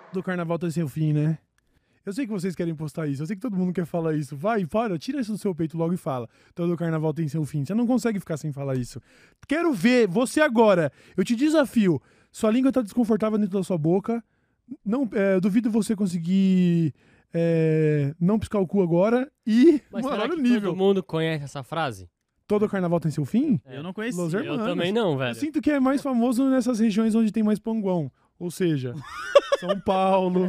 Do carnaval tem seu fim, né? Eu sei que vocês querem postar isso, eu sei que todo mundo quer falar isso. Vai, para, tira isso do seu peito logo e fala. Todo carnaval tem seu fim. Você não consegue ficar sem falar isso. Quero ver você agora. Eu te desafio. Sua língua tá desconfortável dentro da sua boca. Não, duvido você conseguir não piscar o cu agora. E, Mas mano, será olha que o nível. todo mundo conhece essa frase? Todo carnaval tem seu fim? Eu não conheci. Los Eu Hermanos. também não, Eu velho. sinto que é mais famoso nessas regiões onde tem mais panguão. Ou seja, São Paulo.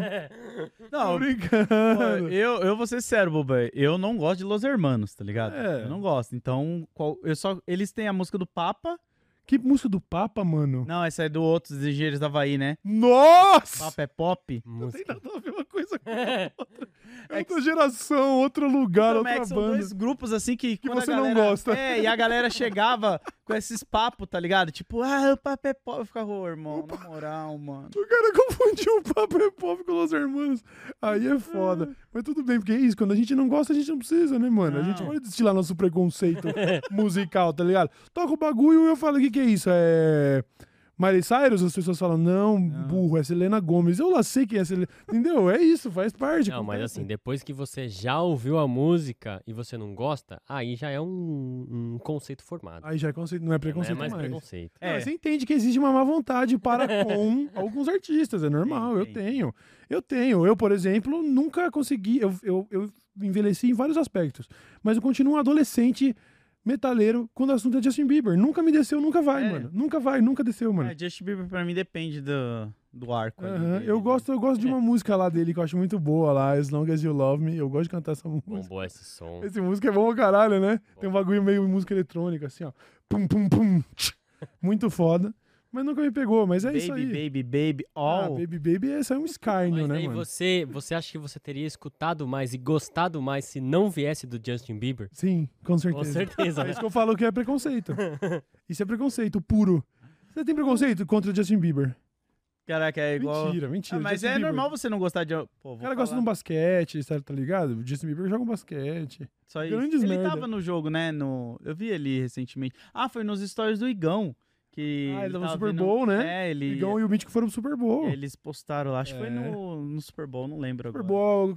Não, Tô brincando. eu vou ser sério, Boba. Eu não gosto de Los Hermanos, tá ligado? É. Eu não gosto. Então, eles têm a música do Papa. Que música do Papa, mano? Não, essa é do Outros Engenheiros da Havaí, né? Nossa! Papa é pop. Não tem Música. nada a ver uma coisa com a outra. É outra geração, outro lugar, Então, é outra que são banda. dois grupos assim que quando você a não galera- gosta. É, e a galera chegava com esses papos, tá ligado? Tipo, o Papa é pop. Eu ficava, irmão, na moral, mano. O cara confundiu o Papa é Pop com Los Hermanos. Aí é foda. Mas tudo bem, porque é isso. Quando a gente não gosta, a gente não precisa, né, mano? A gente Não. pode destilar nosso preconceito musical, tá ligado? Toca o bagulho e eu falo, o que é isso? É Miley Cyrus? As pessoas falam, não, burro, é Selena Gomez. Eu lá sei que é Selena... Entendeu? É isso, faz parte. Não, mas acontece. assim, depois que você já ouviu a música e você não gosta, aí já é um conceito formado. Aí já é conceito, não é preconceito não é mais mais. preconceito. Não, mas você entende que existe uma má vontade para com alguns artistas, é normal, Tem. eu tenho. Eu, por exemplo, nunca consegui, eu envelheci em vários aspectos, mas eu continuo um adolescente metaleiro quando o assunto é Justin Bieber. Nunca me desceu, nunca vai, É. mano. Nunca desceu, mano. Justin Bieber pra mim depende do arco. ali Aham, dele. eu gosto de uma música lá dele que eu acho muito boa lá, As Long As You Love Me. Eu gosto de cantar essa música. Bombou esse som. Essa música é bom pra caralho, né? Tem um bagulho meio música eletrônica, assim, ó. Pum, pum, pum. Muito foda. Mas nunca me pegou, mas é isso aí. Baby, all. Baby, esse é um escárnio, Mas né, aí mano? você acha que você teria escutado mais e gostado mais se não viesse do Justin Bieber? Sim, com certeza. Com certeza, É né? isso que eu falo que é preconceito. Isso é preconceito puro. Você tem preconceito contra o Justin Bieber? Caraca, é igual... Mentira. Mas Justin é Bieber. normal você não gostar de... Pô, O cara gosta de um basquete, tá ligado? O Justin Bieber joga um basquete. Só isso. grandes Ele merda. tava no jogo, né? Eu vi ele recentemente. Ah, foi nos stories do Igão. Que Ele tava no Super vendo- Bowl, né? É, ele... O Igão e o Mítico foram pro Super Bowl. Eles postaram lá. Acho que foi É. no Super Bowl, não lembro Super agora. Bowl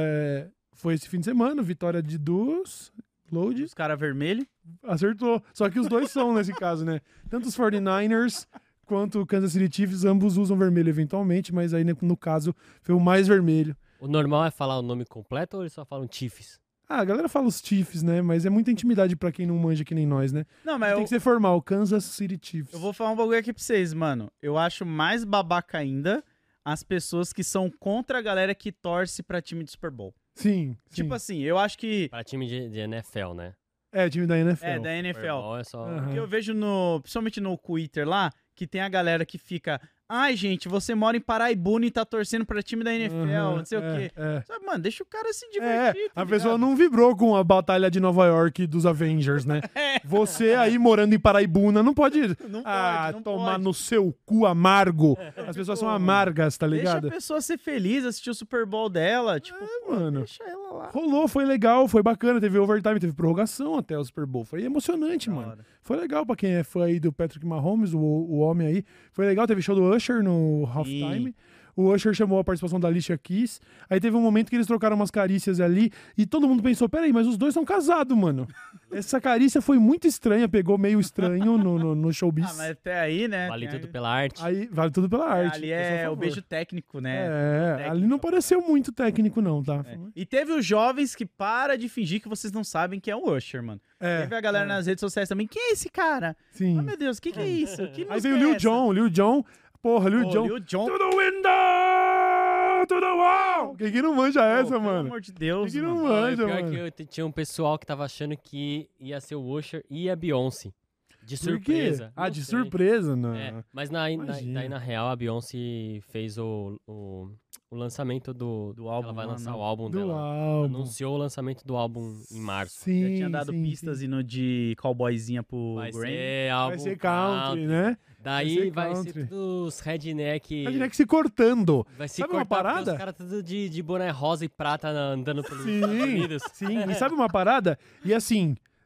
foi esse fim de semana, vitória de dos Load. Os caras vermelhos. Acertou. Só que os dois são nesse caso, né? Tanto os 49ers quanto o Kansas City Chiefs, ambos usam vermelho eventualmente, mas aí no caso foi o mais vermelho. O normal é falar o nome completo ou eles só falam Chiefs? Ah, a galera fala os Chiefs, né? Mas é muita intimidade pra quem não manja que nem nós, né? Não, mas Tem que ser formal, Kansas City Chiefs. eu vou falar um bagulho aqui pra vocês, mano. Eu acho mais babaca ainda as pessoas que são contra a galera que torce pra time de Super Bowl. Sim. Tipo assim, eu acho que... Para time de NFL, né? É, time da NFL. É, da NFL. Super Bowl é só... Aham. Porque eu vejo principalmente no Twitter lá, que tem a galera que fica... Ai, gente, você mora em Paraibuna e tá torcendo pra time da NFL, Aham, não sei o quê. É. Sabe, mano, deixa o cara se divertir, tá A pessoa ligado? não vibrou com a batalha de Nova York dos Avengers, né? Você aí morando em Paraibuna não pode Não tomar pode. no seu cu amargo. As pessoas são amargas, tá Deixa ligado? a pessoa ser feliz, assistir o Super Bowl dela, tipo, pô, mano. deixa ela lá. Rolou, foi legal, foi bacana, teve overtime, teve prorrogação até o Super Bowl. Foi emocionante, Da mano. hora. Foi legal pra quem é fã aí do Patrick Mahomes, o homem aí. Foi legal, teve show do Usher no halftime. O Usher chamou a participação da Alicia Keys. Aí teve um momento que eles trocaram umas carícias ali e todo mundo pensou, peraí, mas os dois são casados, mano. Essa carícia foi muito estranha, pegou meio estranho no showbiz. Ah, mas até aí, né? Vale tem- tudo pela arte. Aí vale tudo pela arte. Ali eu sou a é o favor. beijo técnico, né? É, Técnico. ali não pareceu muito técnico, não, tá? É. E teve os jovens que para de fingir que vocês não sabem quem é o Usher, mano. É, Teve a galera nas redes sociais também. Quem é esse cara? sim. Oh, meu Deus, o que é isso? Que Aí música veio é o essa? Lil Jon. Porra, Lil Pô, Jon. Lil Jon. To the window, to the wall. Quem que não manja Pô, essa, pelo mano? amor de Deus, Quem que não mano. manja, Pior mano? que tinha um pessoal que tava achando que ia ser o Usher e a Beyoncé. De Por quê? surpresa. Ah, Não de sei. surpresa, não. É, mas Imagina. daí, na real, a Beyoncé fez o lançamento do álbum. Ela vai lá, lançar né? o álbum Do dela. álbum. Anunciou o lançamento do álbum em março. Sim, Já tinha dado sim, pistas sim. indo de cowboyzinha pro Vai Grammy. ser álbum Vai ser country, né? Daí Vai vai ser ser country. dos redneck. A gente se cortando. Vai se Sabe uma cortar porque parada? Os caras tudo de boné rosa e prata andando pelos Sim. Estados Unidos. Sim, e sabe uma parada? E assim,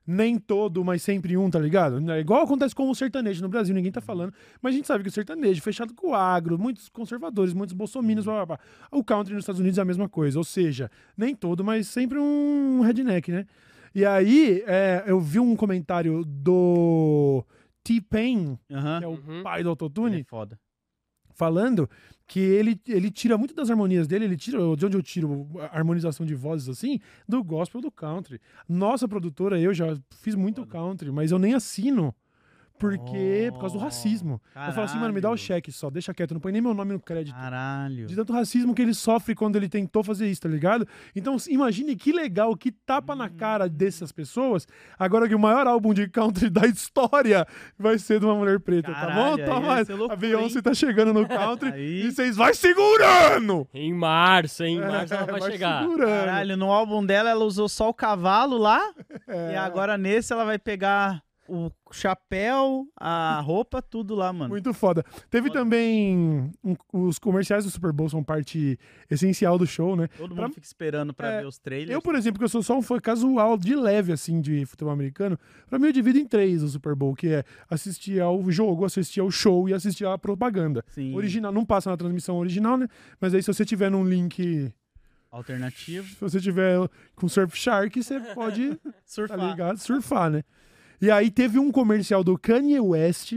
nem todo, mas sempre um, tá ligado? É igual acontece com o sertanejo no Brasil, ninguém tá falando, mas a gente sabe que o sertanejo, fechado com o agro, muitos conservadores, muitos bolsominions, blá, blá, blá. O country nos Estados Unidos é a mesma coisa, ou seja, nem todo, mas sempre um redneck, né? E aí, eu vi um comentário do T-Pain, que é o pai do Ele autotune, é foda. falando que ele tira muito das harmonias dele, ele tira, de onde eu tiro a harmonização de vozes assim, do gospel do country. Nossa produtora, eu já fiz muito country, mas eu nem assino. Por causa do racismo. Eu falo assim, mano, me dá o cheque só, deixa quieto, não põe nem meu nome no crédito. Caralho. De tanto racismo que ele sofre quando ele tentou fazer isso, tá ligado? Então, imagine que legal, que tapa na cara dessas pessoas, agora que o maior álbum de country da história vai ser de uma mulher preta, Caralho, tá bom? aí Toma, vai ser loucura, a Beyoncé hein? tá chegando no country Aí- e vocês vai segurando! Em março, ela vai chegar. segurando. Caralho, no álbum dela ela usou só o cavalo lá. É. E agora nesse ela vai pegar o chapéu, a roupa, tudo lá, mano. Muito foda. Teve Foda. também os comerciais do Super Bowl são parte essencial do show, né? Todo Pra- mundo fica esperando pra É, ver os trailers. Eu, por exemplo, que eu sou só um fã casual, de leve, assim, de futebol americano, pra mim eu divido em 3 o Super Bowl, que é assistir ao jogo, assistir ao show e assistir à propaganda. Sim, Original, não passa na transmissão original, né? Mas aí se você tiver num link, alternativo. se você tiver com Surfshark, você pode, tá Surfar. ligado? Surfar, né? E aí teve um comercial do Kanye West,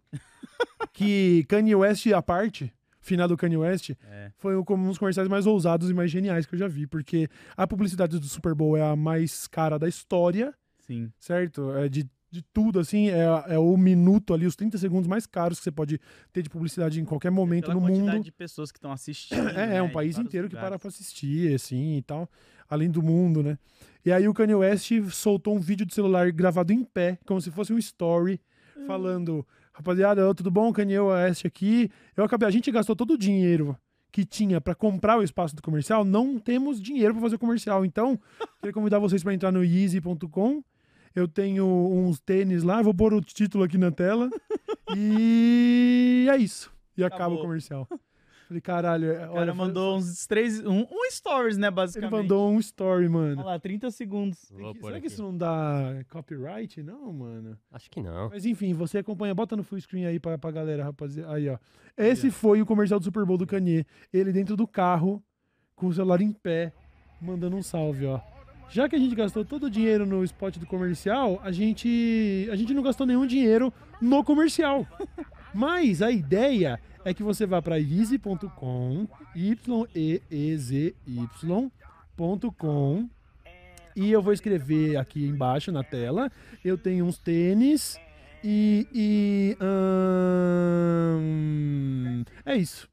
que Kanye West à parte, final do Kanye West, É. foi um dos comerciais mais ousados e mais geniais que eu já vi, porque a publicidade do Super Bowl é a mais cara da história, Sim. certo? É de tudo, assim, é o minuto ali, os 30 segundos mais caros que você pode ter de publicidade em qualquer momento Pela no quantidade mundo. de pessoas que estão assistindo. É né, um de país vários inteiro que para lugares. pra assistir, assim, e tal, além do mundo, né? E aí o Kanye West soltou um vídeo de celular gravado em pé, como se fosse um story, falando, rapaziada, tudo bom? Kanye West aqui. A gente gastou todo o dinheiro que tinha pra comprar o espaço do comercial, não temos dinheiro pra fazer o comercial, então, queria convidar vocês pra entrar no Yeezy.com. Eu tenho uns tênis lá, vou pôr o título aqui na tela. E é isso. E acaba Acabou. o comercial. Falei, caralho, O cara mandou uns três. Um stories, né, Ele basicamente. mandou um story, mano. Olha lá, 30 segundos. Vou pôr Será que aqui. isso não dá copyright? Não, mano. Acho que não. Mas enfim, você acompanha, bota no full screen aí pra galera, rapaziada. Aí, ó. Esse foi o comercial do Super Bowl do Kanye. Ele dentro do carro, com o celular em pé, mandando um salve, ó. Já que a gente gastou todo o dinheiro no spot do comercial, a gente não gastou nenhum dinheiro no comercial. Mas a ideia é que você vá para Yeezy.com, YEEZY.com, e eu vou escrever aqui embaixo na tela. Eu tenho uns tênis é isso.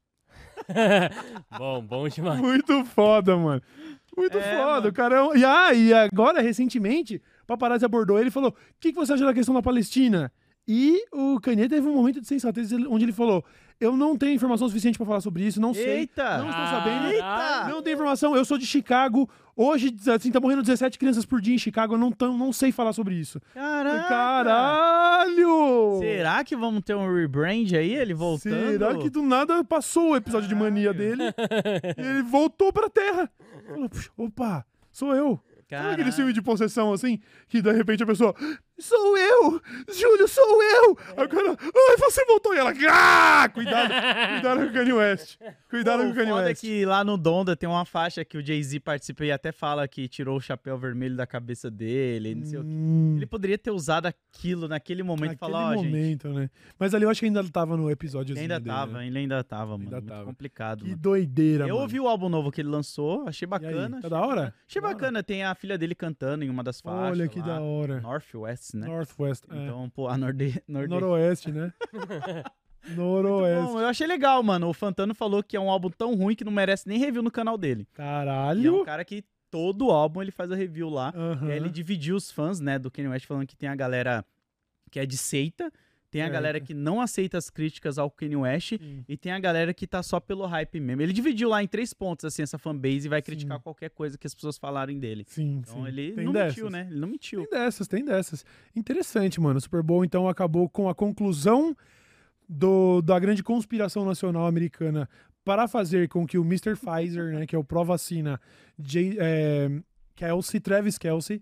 Bom demais. Muito foda, mano. Muito É, foda, mano. o cara é um... E agora, recentemente, o paparazzi abordou ele e falou: o que você acha da questão da Palestina? E o Kanye teve um momento de sensatez onde ele falou: eu não tenho informação suficiente pra falar sobre isso, não sei. Eita! Não estou sabendo. Eita! Não tenho informação, eu sou de Chicago. Hoje, assim, tá morrendo 17 crianças por dia em Chicago, eu não sei falar sobre isso. Caraca! Caralho! Será que vamos ter um rebrand aí? Ele voltando? Será que do nada passou o episódio de mania dele e ele voltou pra terra? Falou, "Puxa, opa, sou eu." Sabe aquele filme de possessão assim? Que de repente a pessoa, sou eu! Júlio, sou eu! Aí o cara, ai, você voltou! E ela, cuidado com o Kanye West. Cuidado com o Kanye foda é West. que lá no Donda tem uma faixa que o Jay-Z participa e até fala que tirou o chapéu vermelho da cabeça dele, não sei o quê. Ele poderia ter usado aquilo naquele momento e falar, ó, gente, momento, né? Mas ali eu acho que ainda tava no episódio ele ainda tava, mano. Ainda Muito tava. complicado, Que mano. doideira, Eu mano. ouvi o álbum novo que ele lançou, achei E aí, bacana. tá da hora? Achei Da bacana, tem a filha dele cantando em uma das faixas. Olha que lá. da hora. Northwest, né? Northwest, Então, pô, a Noroeste, né? Muito Noroeste. bom, eu achei legal, mano. O Fantano falou que é um álbum tão ruim que não merece nem review no canal dele. E é um Caralho. cara que todo álbum ele faz a review lá. Aham. E aí ele dividiu os fãs, né, do Kanye West, falando que tem a galera que é de seita, tem a Certo. galera que não aceita as críticas ao Kanye West Sim. e tem a galera que tá só pelo hype mesmo. Ele dividiu lá em 3 pontos, assim, essa fanbase e vai Sim. criticar qualquer coisa que as pessoas falarem dele. Sim, Então sim. ele Tem não dessas. mentiu, né? Ele não mentiu. Tem dessas. Interessante, mano. O Super Bowl, então, acabou com a conclusão da grande conspiração nacional americana para fazer com que o Mr. Pfizer, né, que é o pró-vacina, Travis Kelce,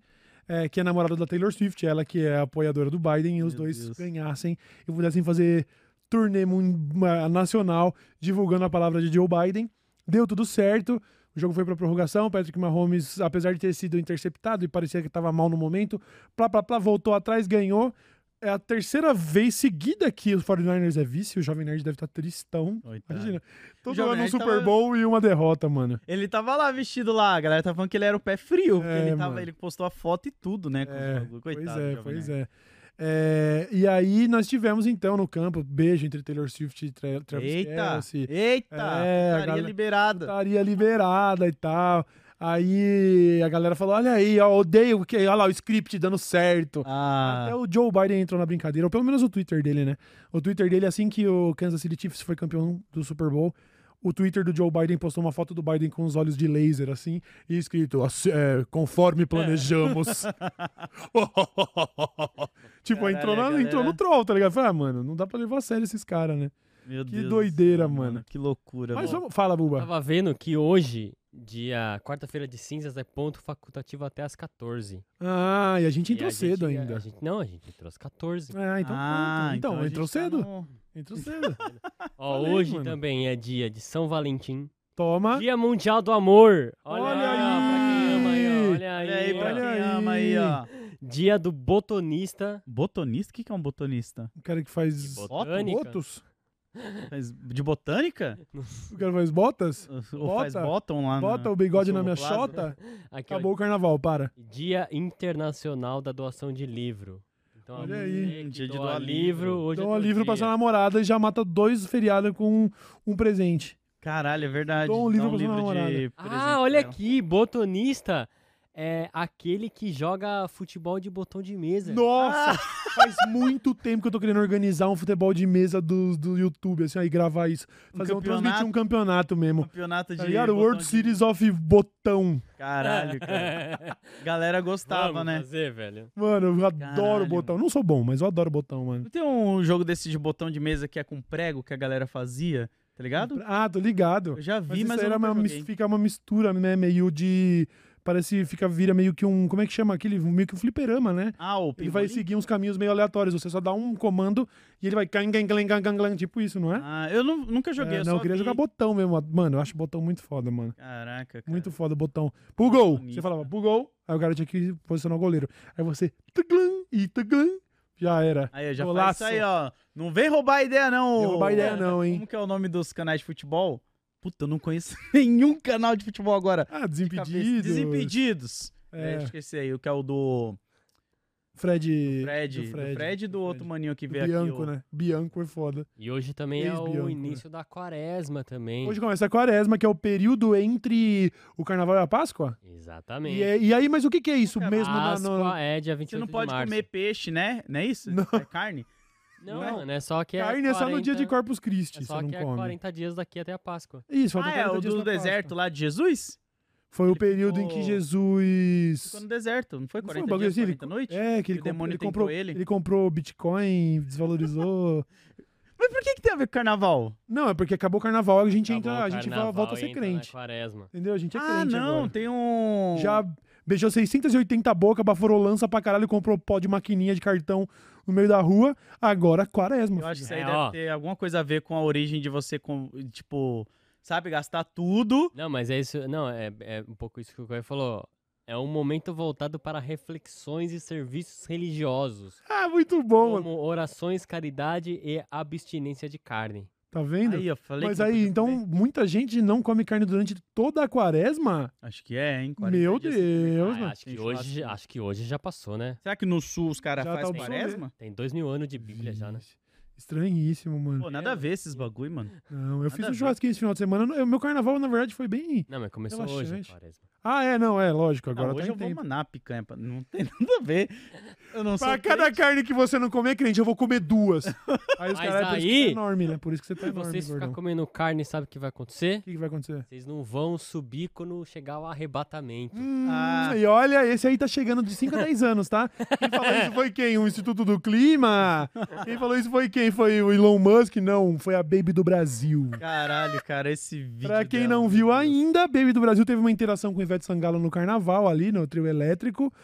que é namorada da Taylor Swift, ela que é apoiadora do Biden, e os Meu dois Deus. ganhassem e pudessem fazer turnê nacional divulgando a palavra de Joe Biden. Deu tudo certo. O jogo foi pra prorrogação, Patrick Mahomes, apesar de ter sido interceptado e parecia que estava mal no momento, voltou atrás, ganhou. É a terceira vez seguida que os 49ers é vice, o Jovem Nerd deve estar tristão. Coitado. Imagina, todo Jovem ano um Nerd Super tava- Bowl e uma derrota, mano. Ele tava lá vestido lá, a galera tá falando que ele era o pé frio, porque mano. ele postou a foto e tudo, né? Com os bagulho. Coitado, do Jovem Pois Nerd. é. E aí nós tivemos então no campo, beijo entre Taylor Swift e Travis Eita! Kelce. Eita! É, a Putaria galera- liberada. Estaria liberada e tal. Aí a galera falou, olha aí, ó, odeio, olha lá o script dando certo. Ah, Até o Joe Biden entrou na brincadeira, ou pelo menos o Twitter dele, né? O Twitter dele, assim que o Kansas City Chiefs foi campeão do Super Bowl, o Twitter do Joe Biden postou uma foto do Biden com os olhos de laser, assim, e escrito, conforme planejamos. Tipo, Caralho, entrou a galera- no troll, tá ligado? Falei, mano, não dá pra levar a sério esses caras, né? meu que Deus. do doideira, céu, mano. Que loucura, Mas mano. vamos, fala, Buba. Tava vendo que hoje, quarta-feira de cinzas, é ponto facultativo até às 14. Ah, e a gente entrou E a cedo gente- ainda. a gente entrou às 14. Ah, então, então a gente entrou tá cedo. no- Entrou cedo. Ó, Falei, hoje mano. também é dia de São Valentim. Toma. Dia Mundial do Amor. Olha, Olha aí, ó, pra quem ama aí, ó. Olha aí, Olha aí, pra ó. quem Olha ama aí, ó. Dia do botonista. Botonista? O que é um botonista? O cara que faz Botânica. botos? De botânica? O cara faz botas? Ou faz Bota. bottom lá Bota no o bigode na minha Soloplasma? chota? Aqui, ó, Acabou o carnaval, para. Dia Internacional da Doação de Livro. Então, Olha a aí. você que Dia de doa doar livro. livro. Hoje Dou é um teu livro pra dia. sua namorada e já mata 2 feriados com um presente. Caralho, é verdade. Dou um livro Dá pra sua namorada. de presente Ah, olha pra ela. aqui, botonista é aquele que joga futebol de botão de mesa. Nossa, faz muito tempo que eu tô querendo organizar um futebol de mesa do YouTube, assim, aí gravar isso. Transmitir um campeonato mesmo. Campeonato de Tá ligado? botão World de- Series of Botão. Caralho, cara. Galera gostava, Vamos né? fazer, velho. Mano, eu adoro Caralho. botão. Não sou bom, mas eu adoro botão, mano. Não tem um jogo desse de botão de mesa que é com prego que a galera fazia, tá ligado? Ah, tô ligado. Eu já vi, Mas mas isso eu aí nunca era joguei. fica uma mistura, né? Meio de. Vira meio que um. Como é que chama aquele? Meio que um fliperama, né? Ah, o Ele vai Pimolim? seguir uns caminhos meio aleatórios. Você só dá um comando e ele vai. Tipo isso, não é? Ah, eu nunca joguei, eu não, só eu queria vi. jogar botão mesmo. Mano, eu acho botão muito foda, mano. Caraca, cara. Muito foda, botão. Pro gol! Botonista. Você falava, pro gol. Aí o cara tinha que posicionar o goleiro. Aí você. Já era. Aí, já Golaço. faz isso aí, ó. Não vem roubar a ideia, não. Não roubar ideia, não, hein? Como que é o nome dos canais de futebol? Puta, eu não conheço nenhum canal de futebol agora. Ah, De cabeça. Desimpedidos. Desimpedidos. É. Esqueci aí, o que é o do Fred. Fred. do Do Fred e do outro maninho que Do veio Bianco, aqui. né? Bianco é foda. E hoje também é o Ex-Bianco, início da quaresma também. Hoje começa a quaresma, que é o período entre o carnaval e a Páscoa. Exatamente. E aí, mas o que, que é isso Cara, mesmo? Páscoa é dia 28 Você não de pode março. comer peixe, né? Não é isso? Não. É carne? Não, Não é? mano, é só que Carne é só no dia de 40 Corpus Christi, É você só não que é come. 40 dias daqui até a Páscoa. Isso, falta Ah, é 40 o dias do pra deserto Páscoa. lá de Jesus? Foi o Ele período em ficou- que Jesus... Ficou no deserto, não foi Não foi 40 um bagulho dias, assim? 40 noites? É, que E ele, o demônio ele comprou tentou ele? ele comprou Bitcoin, desvalorizou. Mas por que tem a ver com carnaval? Não, é porque acabou o carnaval, a gente Acabou entra, o a gente carnaval volta a ser e entra crente. na quaresma. Entendeu? A gente é Ah, crente não, agora. tem um... Já beijou 680 boca, baforou lança pra caralho, comprou pó de maquininha de cartão no meio da rua. Agora, quaresma. Eu acho que isso aí É, deve ó. ter alguma coisa a ver com a origem de você, tipo, sabe, gastar tudo. Não, mas é isso. Não, é um pouco isso que o Caio falou. É um momento voltado para reflexões e serviços religiosos, Ah, muito bom, mano. como orações, caridade e abstinência de carne. Tá vendo? Aí, eu falei Mas que não aí, podia então, comer. muita gente não come carne durante toda a quaresma? Acho que é, hein? 40 Meu dias. Deus, Ah, mano. acho que hoje já passou, né? Será que no sul os caras Já tá fazem obsoleto. quaresma? Tem 2000 anos de Bíblia já, né? Estranhíssimo, mano. Pô, nada a ver esses bagulho, mano. Não, eu nada fiz a um ver. churrasquinho esse final de semana. Meu carnaval, na verdade, foi bem... Não, mas começou hoje a Relaxante. quaresma. Ah, lógico. Agora Não, tá hoje em eu vou tempo. manar a picanha. Não tem nada a ver. Eu não sou Pra cada crente. carne que você não comer, crente, eu vou comer 2. Aí os Mas caras, por isso que aí, você tá enorme, né? Por isso que você tá Se enorme, vocês ficar gordão. comendo carne, sabe o que vai acontecer? O que vai acontecer? Vocês não vão subir quando chegar o arrebatamento. Ah. E olha, esse aí tá chegando de 5 a 10 anos, tá? Quem falou isso foi quem? O Instituto do Clima? Quem falou isso foi quem? Foi o Elon Musk? Não, foi a Baby do Brasil. Caralho, cara, esse vídeo. Pra quem dela, não meu viu Deus. ainda, a Baby do Brasil teve uma interação com o Ivete Sangalo no carnaval ali, no trio elétrico,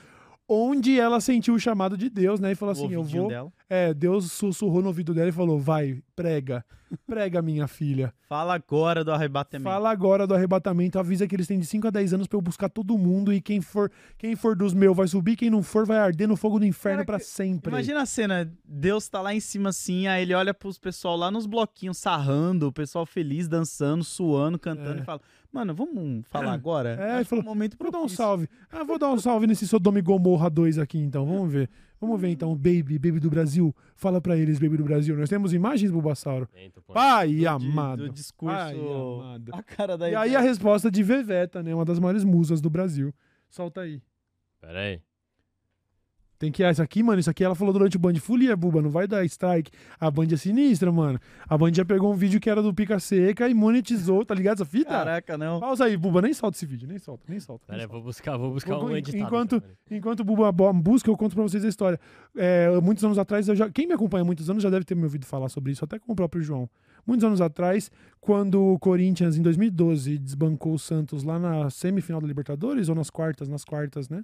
onde ela sentiu o chamado de Deus, né? E falou O assim, eu ouvidinho vou... dela. Deus sussurrou no ouvido dela e falou, vai, prega, minha filha. Fala agora do arrebatamento. Fala agora do arrebatamento, avisa que eles têm de 5 a 10 anos pra eu buscar todo mundo e quem for dos meus vai subir, quem não for vai arder no fogo do inferno pra sempre. Imagina a cena, Deus tá lá em cima assim, aí ele olha pros pessoal lá nos bloquinhos sarrando, o pessoal feliz, dançando, suando, cantando e fala, mano, vamos falar agora? Ele falou, um momento vou dar um propício. salve. Vou dar um salve nesse Sodoma e Gomorra 2 aqui então, vamos ver. Vamos ver então, Baby do Brasil. Fala pra eles, Baby do Brasil. Nós temos imagens, Bulbasauro. Pai amado. Do discurso, Pai amado. a cara da E aí a resposta de Veveta, né? Uma das maiores musas do Brasil. Solta aí. Pera aí. Tem que... Isso aqui, mano, isso aqui ela falou durante o Band Folia, Buba, não vai dar strike. A Band é sinistra, mano. A Band já pegou um vídeo que era do Pica Seca e monetizou, tá ligado essa fita? Caraca, não. Pausa aí, Buba, nem solta esse vídeo, nem solta. Pera aí, vou buscar um editado. Enquanto o Buba busca, eu conto pra vocês a história. Muitos anos atrás, quem me acompanha há muitos anos já deve ter me ouvido falar sobre isso, até com o próprio João. Muitos anos atrás, quando o Corinthians, em 2012, desbancou o Santos lá na semifinal da Libertadores, ou nas quartas, né?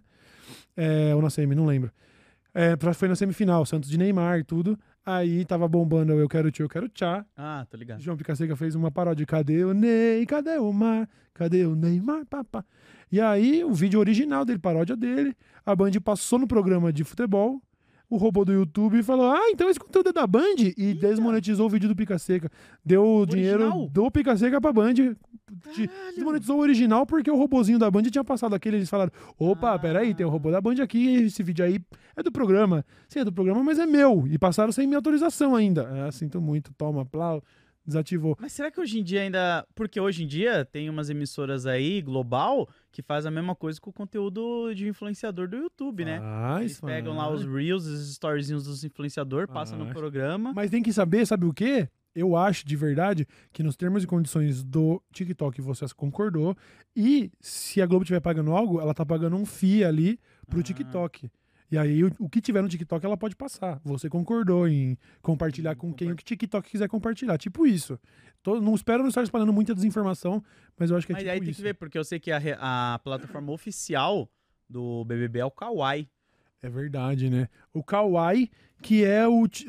Ou na semi, não lembro. Foi na semifinal, Santos de Neymar e tudo. Aí tava bombando Eu Quero Tchê, Eu Quero Tchá. Ah, tô ligado. João Picaseca fez uma paródia. Cadê o Ney? Cadê o Mar? Cadê o Neymar? Papá. E aí, o vídeo original dele, paródia dele, a Band passou no programa de futebol, o robô do YouTube falou, então esse conteúdo é da Band, e desmonetizou o vídeo do Picaseca. Deu o dinheiro do Picaseca pra Band. Desmonetizou o original porque o robozinho da Band tinha passado aquele, eles falaram, opa, peraí, tem o robô da Band aqui, esse vídeo aí é do programa. Sim, é do programa, mas é meu. E passaram sem minha autorização ainda. Sinto muito, toma, plau. Desativou. Mas será que hoje em dia ainda... Porque hoje em dia tem umas emissoras aí, global, que faz a mesma coisa com o conteúdo de influenciador do YouTube, né? Eles pegam lá os Reels, os storyzinhos dos influenciadores, passam no programa. Mas tem que saber, sabe o quê? Eu acho, de verdade, que nos termos e condições do TikTok você concordou, e se a Globo estiver pagando algo, ela tá pagando um FII ali pro TikTok. E aí, o que tiver no TikTok, ela pode passar. Você concordou em compartilhar com quem o TikTok quiser compartilhar. Tipo isso. Não espero não estar espalhando muita desinformação, mas eu acho que é mas tipo aí isso. Tem que ver, porque eu sei que a plataforma oficial do BBB é o Kawaii. É verdade, né? O Kawaii, que é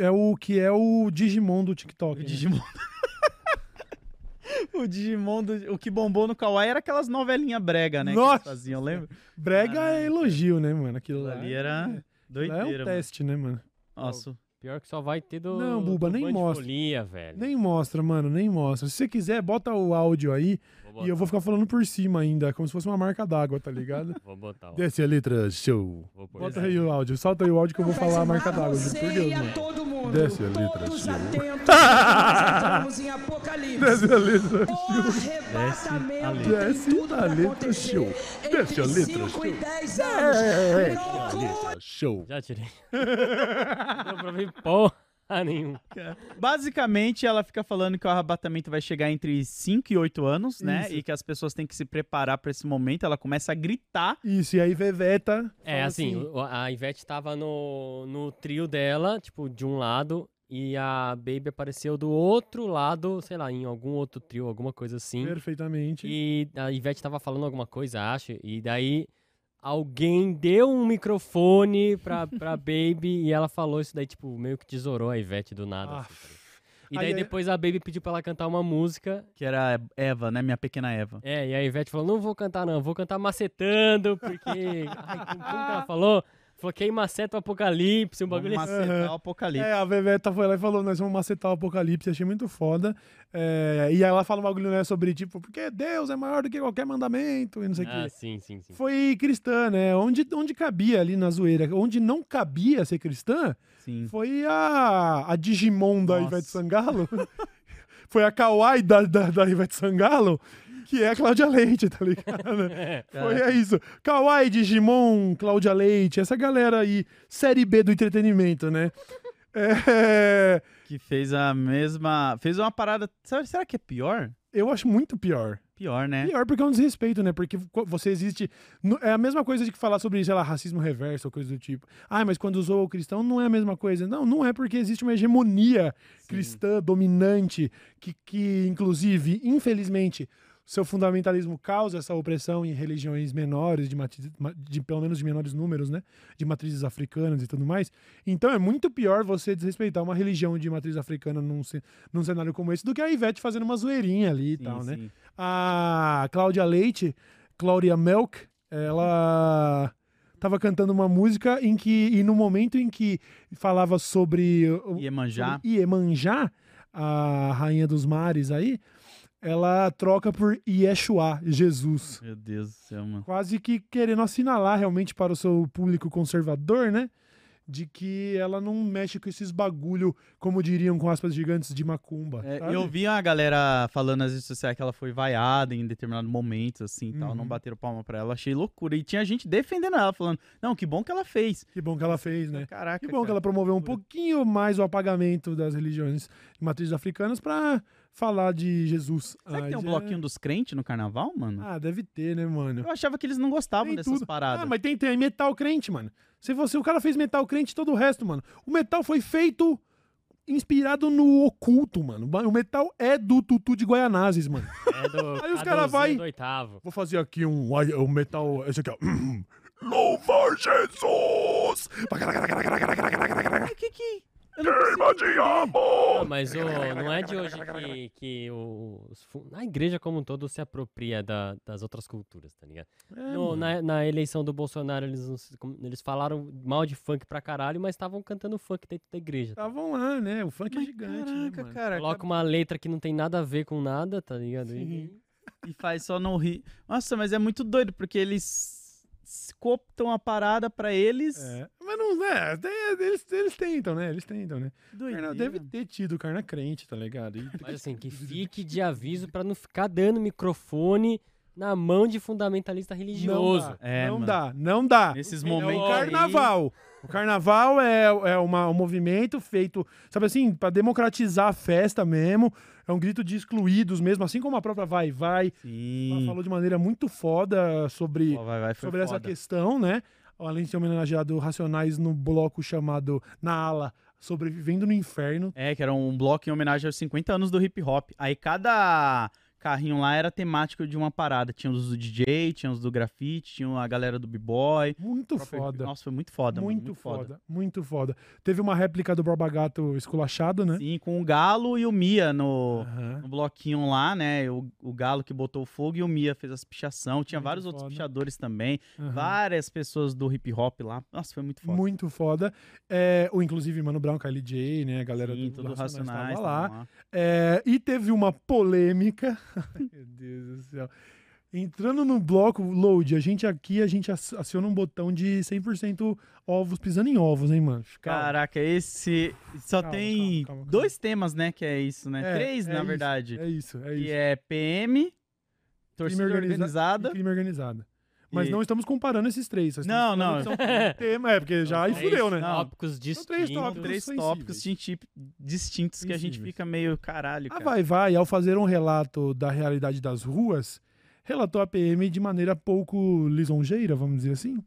o Digimon do TikTok. O Digimon... O Digimon, o que bombou no Kawaii era aquelas novelinhas brega, né? Nossa! Que eles faziam, lembra? Brega é elogio, né, mano? Aquilo lá ali era doideira. É um teste, né, mano? Nossa. Pior que só vai ter do... Não, Buba, nem mostra. Velho. Nem mostra, mano, nem mostra. Se você quiser, bota o áudio aí e eu vou ficar falando por cima ainda, como se fosse uma marca d'água, tá ligado? Vou botar. Desce a letra, show. Bota aí o áudio, solta aí o áudio que eu vou falar a marca d'água, juro por Deus, mano. Todo mundo, desce a letra, todos show. Atentos, nós entramos em Apocalipse. Desce a letra, O show. arrebatamento Desce tem tudo a pra letra, acontecer show. Desce a entre letra, 5 e show. 10 anos. Letra, show. Já tirei. Não deu pra ver porra nenhum. Basicamente, ela fica falando que o arrebatamento vai chegar entre 5 e 8 anos, né? Isso. E que as pessoas têm que se preparar pra esse momento. Ela começa a gritar. Isso, e aí Veveta... fala assim, a Ivete tava no trio dela, tipo, de um lado, e a Baby apareceu do outro lado, sei lá, em algum outro trio, alguma coisa assim. Perfeitamente. E a Ivete tava falando alguma coisa, acho, e daí alguém deu um microfone pra Baby e ela falou isso daí, tipo, meio que tesourou a Ivete do nada. Assim, tá ligado? E daí depois a Baby pediu pra ela cantar uma música. Que era Eva, né? Minha pequena Eva. E a Ivete falou, não vou cantar não, vou cantar macetando, porque... como que ela falou? Falou que aí maceta o apocalipse, um bagulho assim. Macetar o apocalipse. A Veveta foi lá e falou, nós vamos macetar o apocalipse, achei muito foda. E aí ela fala um bagulho, né, sobre, tipo, porque Deus é maior do que qualquer mandamento e não sei o quê. Sim. Foi cristã, né? Onde cabia ali na zoeira, onde não cabia ser cristã, Sim. foi a Digimon da Nossa. Ivete Sangalo. Foi a Kawaii da Ivete Sangalo, que é a Cláudia Leite, tá ligado? Foi isso. Kawaii, Digimon, Cláudia Leite, essa galera aí, série B do entretenimento, né? Que fez a mesma... Fez uma parada... Será que é pior? Eu acho muito pior. Pior, né? Pior porque é um desrespeito, né? Porque você existe... É a mesma coisa de que falar sobre, sei lá, racismo reverso ou coisa do tipo. Mas quando usou o cristão não é a mesma coisa. Não é porque existe uma hegemonia cristã dominante que inclusive, infelizmente, seu fundamentalismo causa essa opressão em religiões menores, de pelo menos de menores números, né? De matrizes africanas e tudo mais. Então é muito pior você desrespeitar uma religião de matriz africana num cenário como esse do que a Ivete fazendo uma zoeirinha ali e tal, né? A Cláudia Leite, Cláudia Melk, ela tava cantando uma música e no momento em que falava sobre Iemanjá, a rainha dos mares aí, ela troca por Yeshua, Jesus. Meu Deus do céu, mano. Quase que querendo assinalar realmente para o seu público conservador, né? De que ela não mexe com esses bagulho, como diriam com aspas gigantes, de macumba. Eu vi a galera falando nas redes sociais que ela foi vaiada em determinado momento, assim, tal, não bateram palma pra ela. Achei loucura. E tinha gente defendendo ela, falando, não, que bom que ela fez. Que bom que ela fez, né? Caraca, que bom que ela promoveu um pouquinho mais o apagamento das religiões de matrizes africanas pra falar de Jesus. Será que tem um bloquinho dos crentes no carnaval, mano? Ah, deve ter, né, mano? Eu achava que eles não gostavam dessas paradas. Ah, mas tem metal crente, mano. Se o cara fez metal crente, todo o resto, mano. O metal foi feito inspirado no oculto, mano. O metal é do Tutu de Guaianazes, mano. É do Aí os caras vai. Oitavo. Vou fazer aqui um metal. Esse aqui, ó. Louva Jesus! Que? Queima diabo! Não, mas não é de hoje que a igreja como um todo se apropria das outras culturas, tá ligado? Na eleição do Bolsonaro, eles falaram mal de funk pra caralho, mas estavam cantando funk dentro da igreja. Estavam lá, né? O funk é gigante, caraca, né, mano? cara. Coloca uma letra que não tem nada a ver com nada, tá ligado? Sim. E faz só não rir. Nossa, mas é muito doido, porque eles cooptam a parada pra eles. Mas não, né? Eles tentam, né? Doideira. Deve ter tido carna crente, tá ligado? Mas assim, que fique de aviso pra não ficar dando microfone na mão de fundamentalista religioso. Não dá. Nesses É momentos o carnaval. O carnaval é um movimento feito, sabe assim, pra democratizar a festa mesmo. É um grito de excluídos mesmo, assim como a própria Vai Vai. Sim. Ela falou de maneira muito foda sobre essa questão, né? Além de ser homenageado Racionais no bloco chamado Na Ala, Sobrevivendo no Inferno. Que era um bloco em homenagem aos 50 anos do hip hop. Aí cada carrinho lá era temático de uma parada. Tinha os do DJ, tinha os do grafite, tinha a galera do b-boy. Muito foda. Nossa, foi muito foda, mano. Muito foda. Teve uma réplica do Borba Gato esculachado, né? Sim, com o Galo e o Mia no bloquinho lá, né? O Galo que botou fogo e o Mia fez as pichação. Tinha vários outros pichadores também. Várias pessoas do hip hop lá. Nossa, foi muito foda. Muito foda. Inclusive Mano Brown, Kylie J, né? A galera do Racionais estava lá. E teve uma polêmica. Meu Deus do céu. Entrando no bloco load, a gente aciona um botão de 100% ovos pisando em ovos, hein, mano? Calma. Caraca, esse só tem dois temas, né, que é isso, né? 3, na verdade. É isso. Que é PM, torcida organizada e crime organizado. Mas não estamos comparando esses três. Não. Tema, porque já aí fudeu, né? Tópicos distintos. Três tópicos distintos que a gente fica meio caralho, cara. Vai, ao fazer um relato da realidade das ruas, relatou a PM de maneira pouco lisonjeira, vamos dizer assim.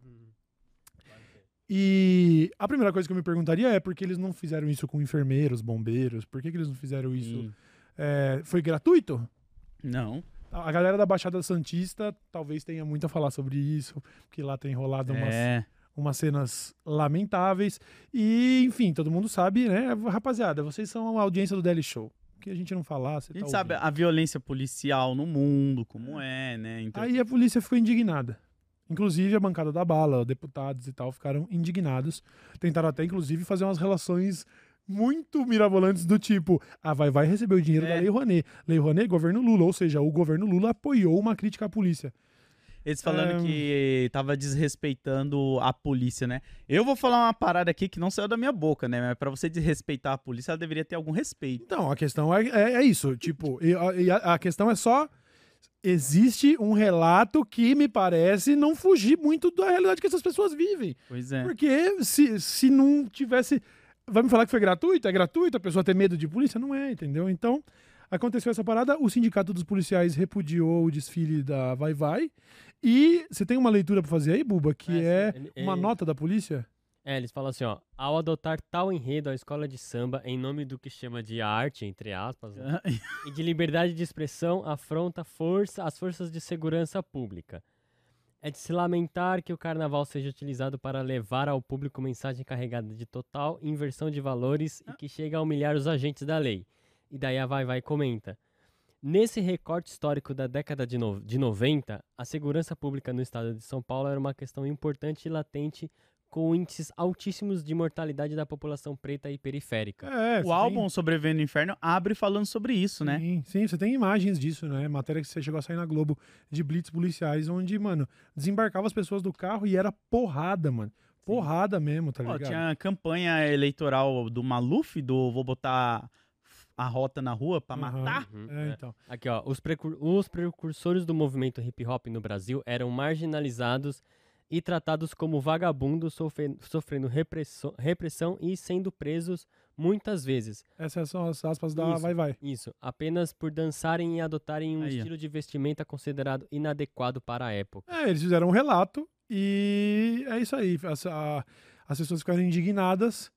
E a primeira coisa que eu me perguntaria é por que eles não fizeram isso com enfermeiros, bombeiros? Por que eles não fizeram isso? Foi gratuito? Não. A galera da Baixada Santista talvez tenha muito a falar sobre isso, porque lá tem rolado umas cenas lamentáveis. E, enfim, todo mundo sabe, né? Rapaziada, vocês são a audiência do Daily Show. Que a gente não falar, a gente sabe a violência policial no mundo, como né? Então... Aí a polícia ficou indignada. Inclusive a bancada da bala, deputados e tal, ficaram indignados. Tentaram até, inclusive, fazer umas relações muito mirabolantes do tipo, Vai receber o dinheiro da Lei Rouanet. Lei Rouanet, governo Lula, ou seja, o governo Lula apoiou uma crítica à polícia. Eles falando que tava desrespeitando a polícia, né? Eu vou falar uma parada aqui que não saiu da minha boca, né? Mas pra você desrespeitar a polícia, ela deveria ter algum respeito. Então, a questão é isso. Tipo, a questão é só... Existe um relato que me parece não fugir muito da realidade que essas pessoas vivem. Pois é. Porque se não tivesse... Vai me falar que foi gratuito? É gratuito a pessoa ter medo de polícia? Não é, entendeu? Então, aconteceu essa parada, o Sindicato dos Policiais repudiou o desfile da Vai Vai. E você tem uma leitura pra fazer aí, Buba, que uma nota da polícia? Eles falam assim, ó, ao adotar tal enredo, a escola de samba, em nome do que chama de arte, entre aspas, né, e de liberdade de expressão, afronta as forças de segurança pública. É de se lamentar que o carnaval seja utilizado para levar ao público mensagem carregada de total inversão de valores e que chega a humilhar os agentes da lei. E daí a Vai comenta. Nesse recorte histórico da década de 90, a segurança pública no estado de São Paulo era uma questão importante e latente, com índices altíssimos de mortalidade da população preta e periférica. O álbum Sobrevivendo no Inferno abre falando sobre isso, né? Sim, você tem imagens disso, né? Matéria que você chegou a sair na Globo de blitz policiais, onde, mano, desembarcava as pessoas do carro e era porrada, mano. Porrada mesmo, tá ligado? Tinha campanha eleitoral do Maluf, do vou botar a rota na rua pra matar. Então. Aqui, ó, os precursores do movimento hip hop no Brasil eram marginalizados e tratados como vagabundos, sofrendo repressão e sendo presos muitas vezes. Essas são as aspas da Vai. Isso, apenas por dançarem e adotarem um estilo de vestimenta considerado inadequado para a época. Eles fizeram um relato e é isso aí. As pessoas ficaram indignadas.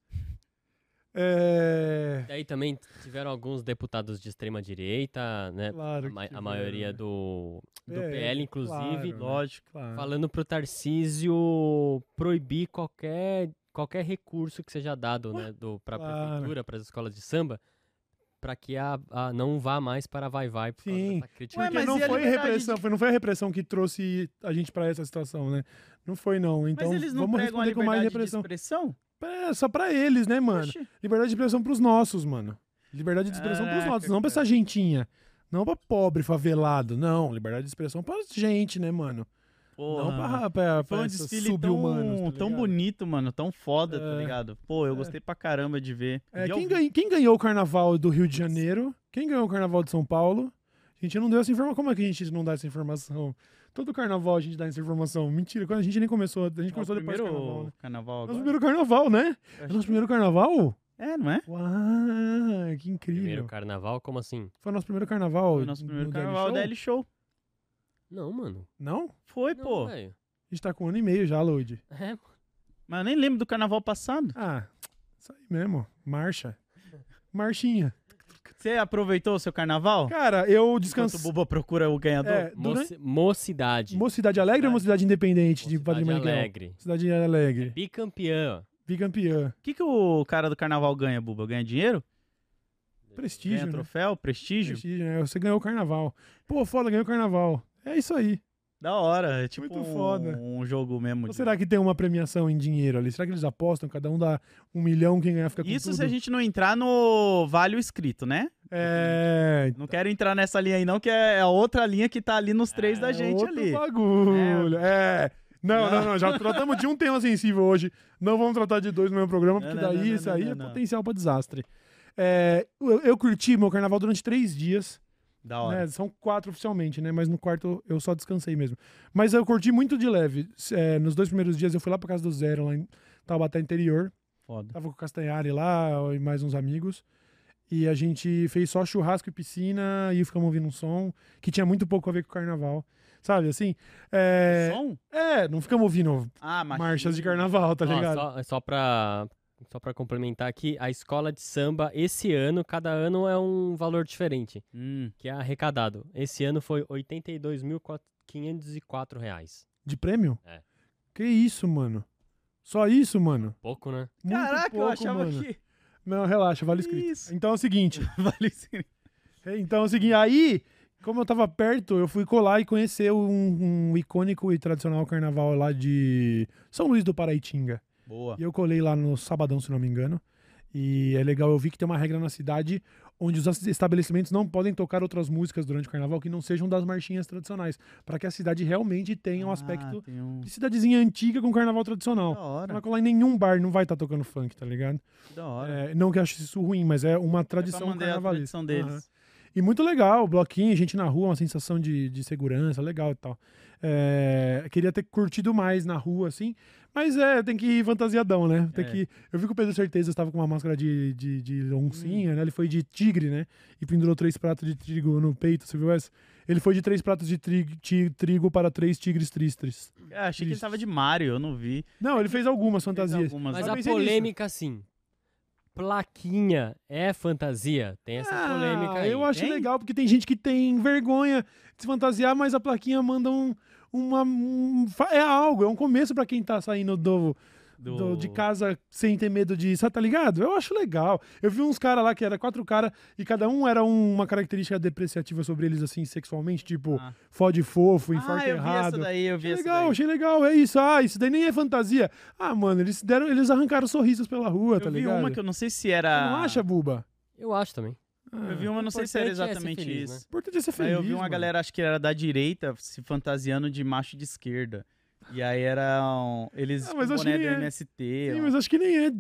Daí também tiveram alguns deputados de extrema direita, né? Claro a maioria do PL, inclusive, claro, lógico, falando pro Tarcísio proibir qualquer recurso que seja dado, né, pra prefeitura, para as escolas de samba, para que não vá mais para a Vai por causa dessa crítica. Porque não foi repressão, não foi a repressão que trouxe a gente para essa situação, né? Não foi, não. Então, mas eles não vamos pregam a responder com mais liberdade de repressão. expressão? Só pra eles, né, mano? Oxi. Liberdade de expressão pros nossos, mano. Liberdade de expressão pros nossos, não pra essa gentinha. Não pra pobre, favelado. Não, liberdade de expressão pra gente, né, mano? Porra. Não pra Foi um esses desfile sub-humanos, tá tão ligado? bonito, mano. Tão foda, tá ligado? Pô, eu gostei pra caramba de ver. Quem ganhou o carnaval do Rio de Janeiro? Quem ganhou o carnaval de São Paulo? A gente não deu essa informação. Como é que a gente não dá essa informação? Todo carnaval a gente dá essa informação. Mentira, quando a gente nem começou. A gente começou depois do carnaval, né? Carnaval Nosso primeiro carnaval, né? Nosso primeiro carnaval? Não é? Uau, que incrível. Primeiro carnaval? Como assim? Foi o nosso primeiro carnaval. Foi o nosso primeiro carnaval da L-Show. Não, mano. Não? Foi, Não, pô. véio. A gente tá com 1 ano e meio já, Lodi. Mano. Mas eu nem lembro do carnaval passado. Isso aí mesmo. Marcha. Marchinha. Você aproveitou o seu carnaval? Cara, eu descansei. Enquanto o Buba procura o ganhador? Mocidade. Mocidade Alegre ou Mocidade Independente de Padre Miguel? Alegre. Cidade Alegre. Bicampeã. Bicampeã. O que o cara do carnaval ganha, Buba? Ganha dinheiro? Prestígio, Ganha né? troféu? Prestígio? Prestígio, né? Você ganhou o carnaval. Pô, foda, ganhou o carnaval. É isso aí. Da hora. É tipo Muito foda. um jogo mesmo. Ou será que tem uma premiação em dinheiro ali? Será que eles apostam? Cada um dá 1 milhão, quem ganhar fica com Isso tudo? se a gente não entrar no Vale o Escrito, né? Não quero entrar nessa linha aí não, que é a outra linha que tá ali nos 3 da gente outro ali. Bagulho. Não, já tratamos de um tema sensível hoje. Não vamos tratar de 2 no mesmo programa, porque isso aí é potencial pra desastre. Eu curti meu carnaval durante 3 dias. Da hora. Né? São 4 oficialmente, né? Mas no quarto eu só descansei mesmo. Mas eu curti muito de leve. Nos 2 primeiros dias eu fui lá pra casa do Zero, lá em Taubaté interior. Foda. Tava com o Castanhari lá e mais uns amigos. E a gente fez só churrasco e piscina e ficamos ouvindo um som que tinha muito pouco a ver com o carnaval. Sabe, assim? Som? Não ficamos ouvindo marchas de carnaval, tá ligado? Só pra complementar aqui, a escola de samba, esse ano, cada ano é um valor diferente, que é arrecadado. Esse ano foi R$ 82.504. De prêmio? É. Que isso, mano? Só isso, mano? Pouco, né? Muito Caraca, pouco, eu achava mano. que... Não, relaxa, vale escrito. Isso. Então é o seguinte. Vale escrito. Então é o seguinte, aí, como eu tava perto, eu fui colar e conhecer um icônico e tradicional carnaval lá de São Luís do Paraitinga. Boa. E eu colei lá no sabadão, se não me engano. E é legal, eu vi que tem uma regra na cidade onde os estabelecimentos não podem tocar outras músicas durante o carnaval que não sejam das marchinhas tradicionais, para que a cidade realmente tenha um aspecto de cidadezinha antiga com carnaval tradicional. Da hora. Não vai colar em nenhum bar, não vai estar tocando funk, tá ligado? Da hora. Não que eu ache isso ruim, mas é uma tradição manter a carnavalesca. tradição deles. E muito legal, bloquinho, gente na rua, uma sensação de segurança, legal e tal. Queria ter curtido mais na rua, assim, Mas tem que ir fantasiadão, né? Eu vi que o Pedro Certeza estava com uma máscara de oncinha, né? Ele foi de tigre, né? E pendurou 3 pratos de trigo no peito, você viu essa? Ele foi de 3 pratos de trigo para 3 tigres tristes. Achei que ele tava de Mario, eu não vi. Não, ele fez algumas fantasias. Mas a polêmica, sim. Plaquinha é fantasia? Tem essa polêmica aí. Eu acho legal, porque tem gente que tem vergonha de se fantasiar, mas a plaquinha manda é um começo pra quem tá saindo de casa sem ter medo de... Tá ligado? Eu acho legal. Eu vi uns caras lá que era 4 caras e cada um era uma característica depreciativa sobre eles, assim, sexualmente, tipo, fode fofo, enforca errado. Eu vi essa daí. Achei legal, é isso. Isso daí nem é fantasia. Mano, eles arrancaram sorrisos pela rua, tá ligado? Eu vi uma que eu não sei se era... Você não acha, Buba? Eu acho também. Eu vi uma, não sei se era exatamente feliz, isso. né? O importante é ser feliz, eu vi uma galera, acho que era da direita, se fantasiando de macho de esquerda. E aí eles com o boné do MST. Sim, mas acho que nem é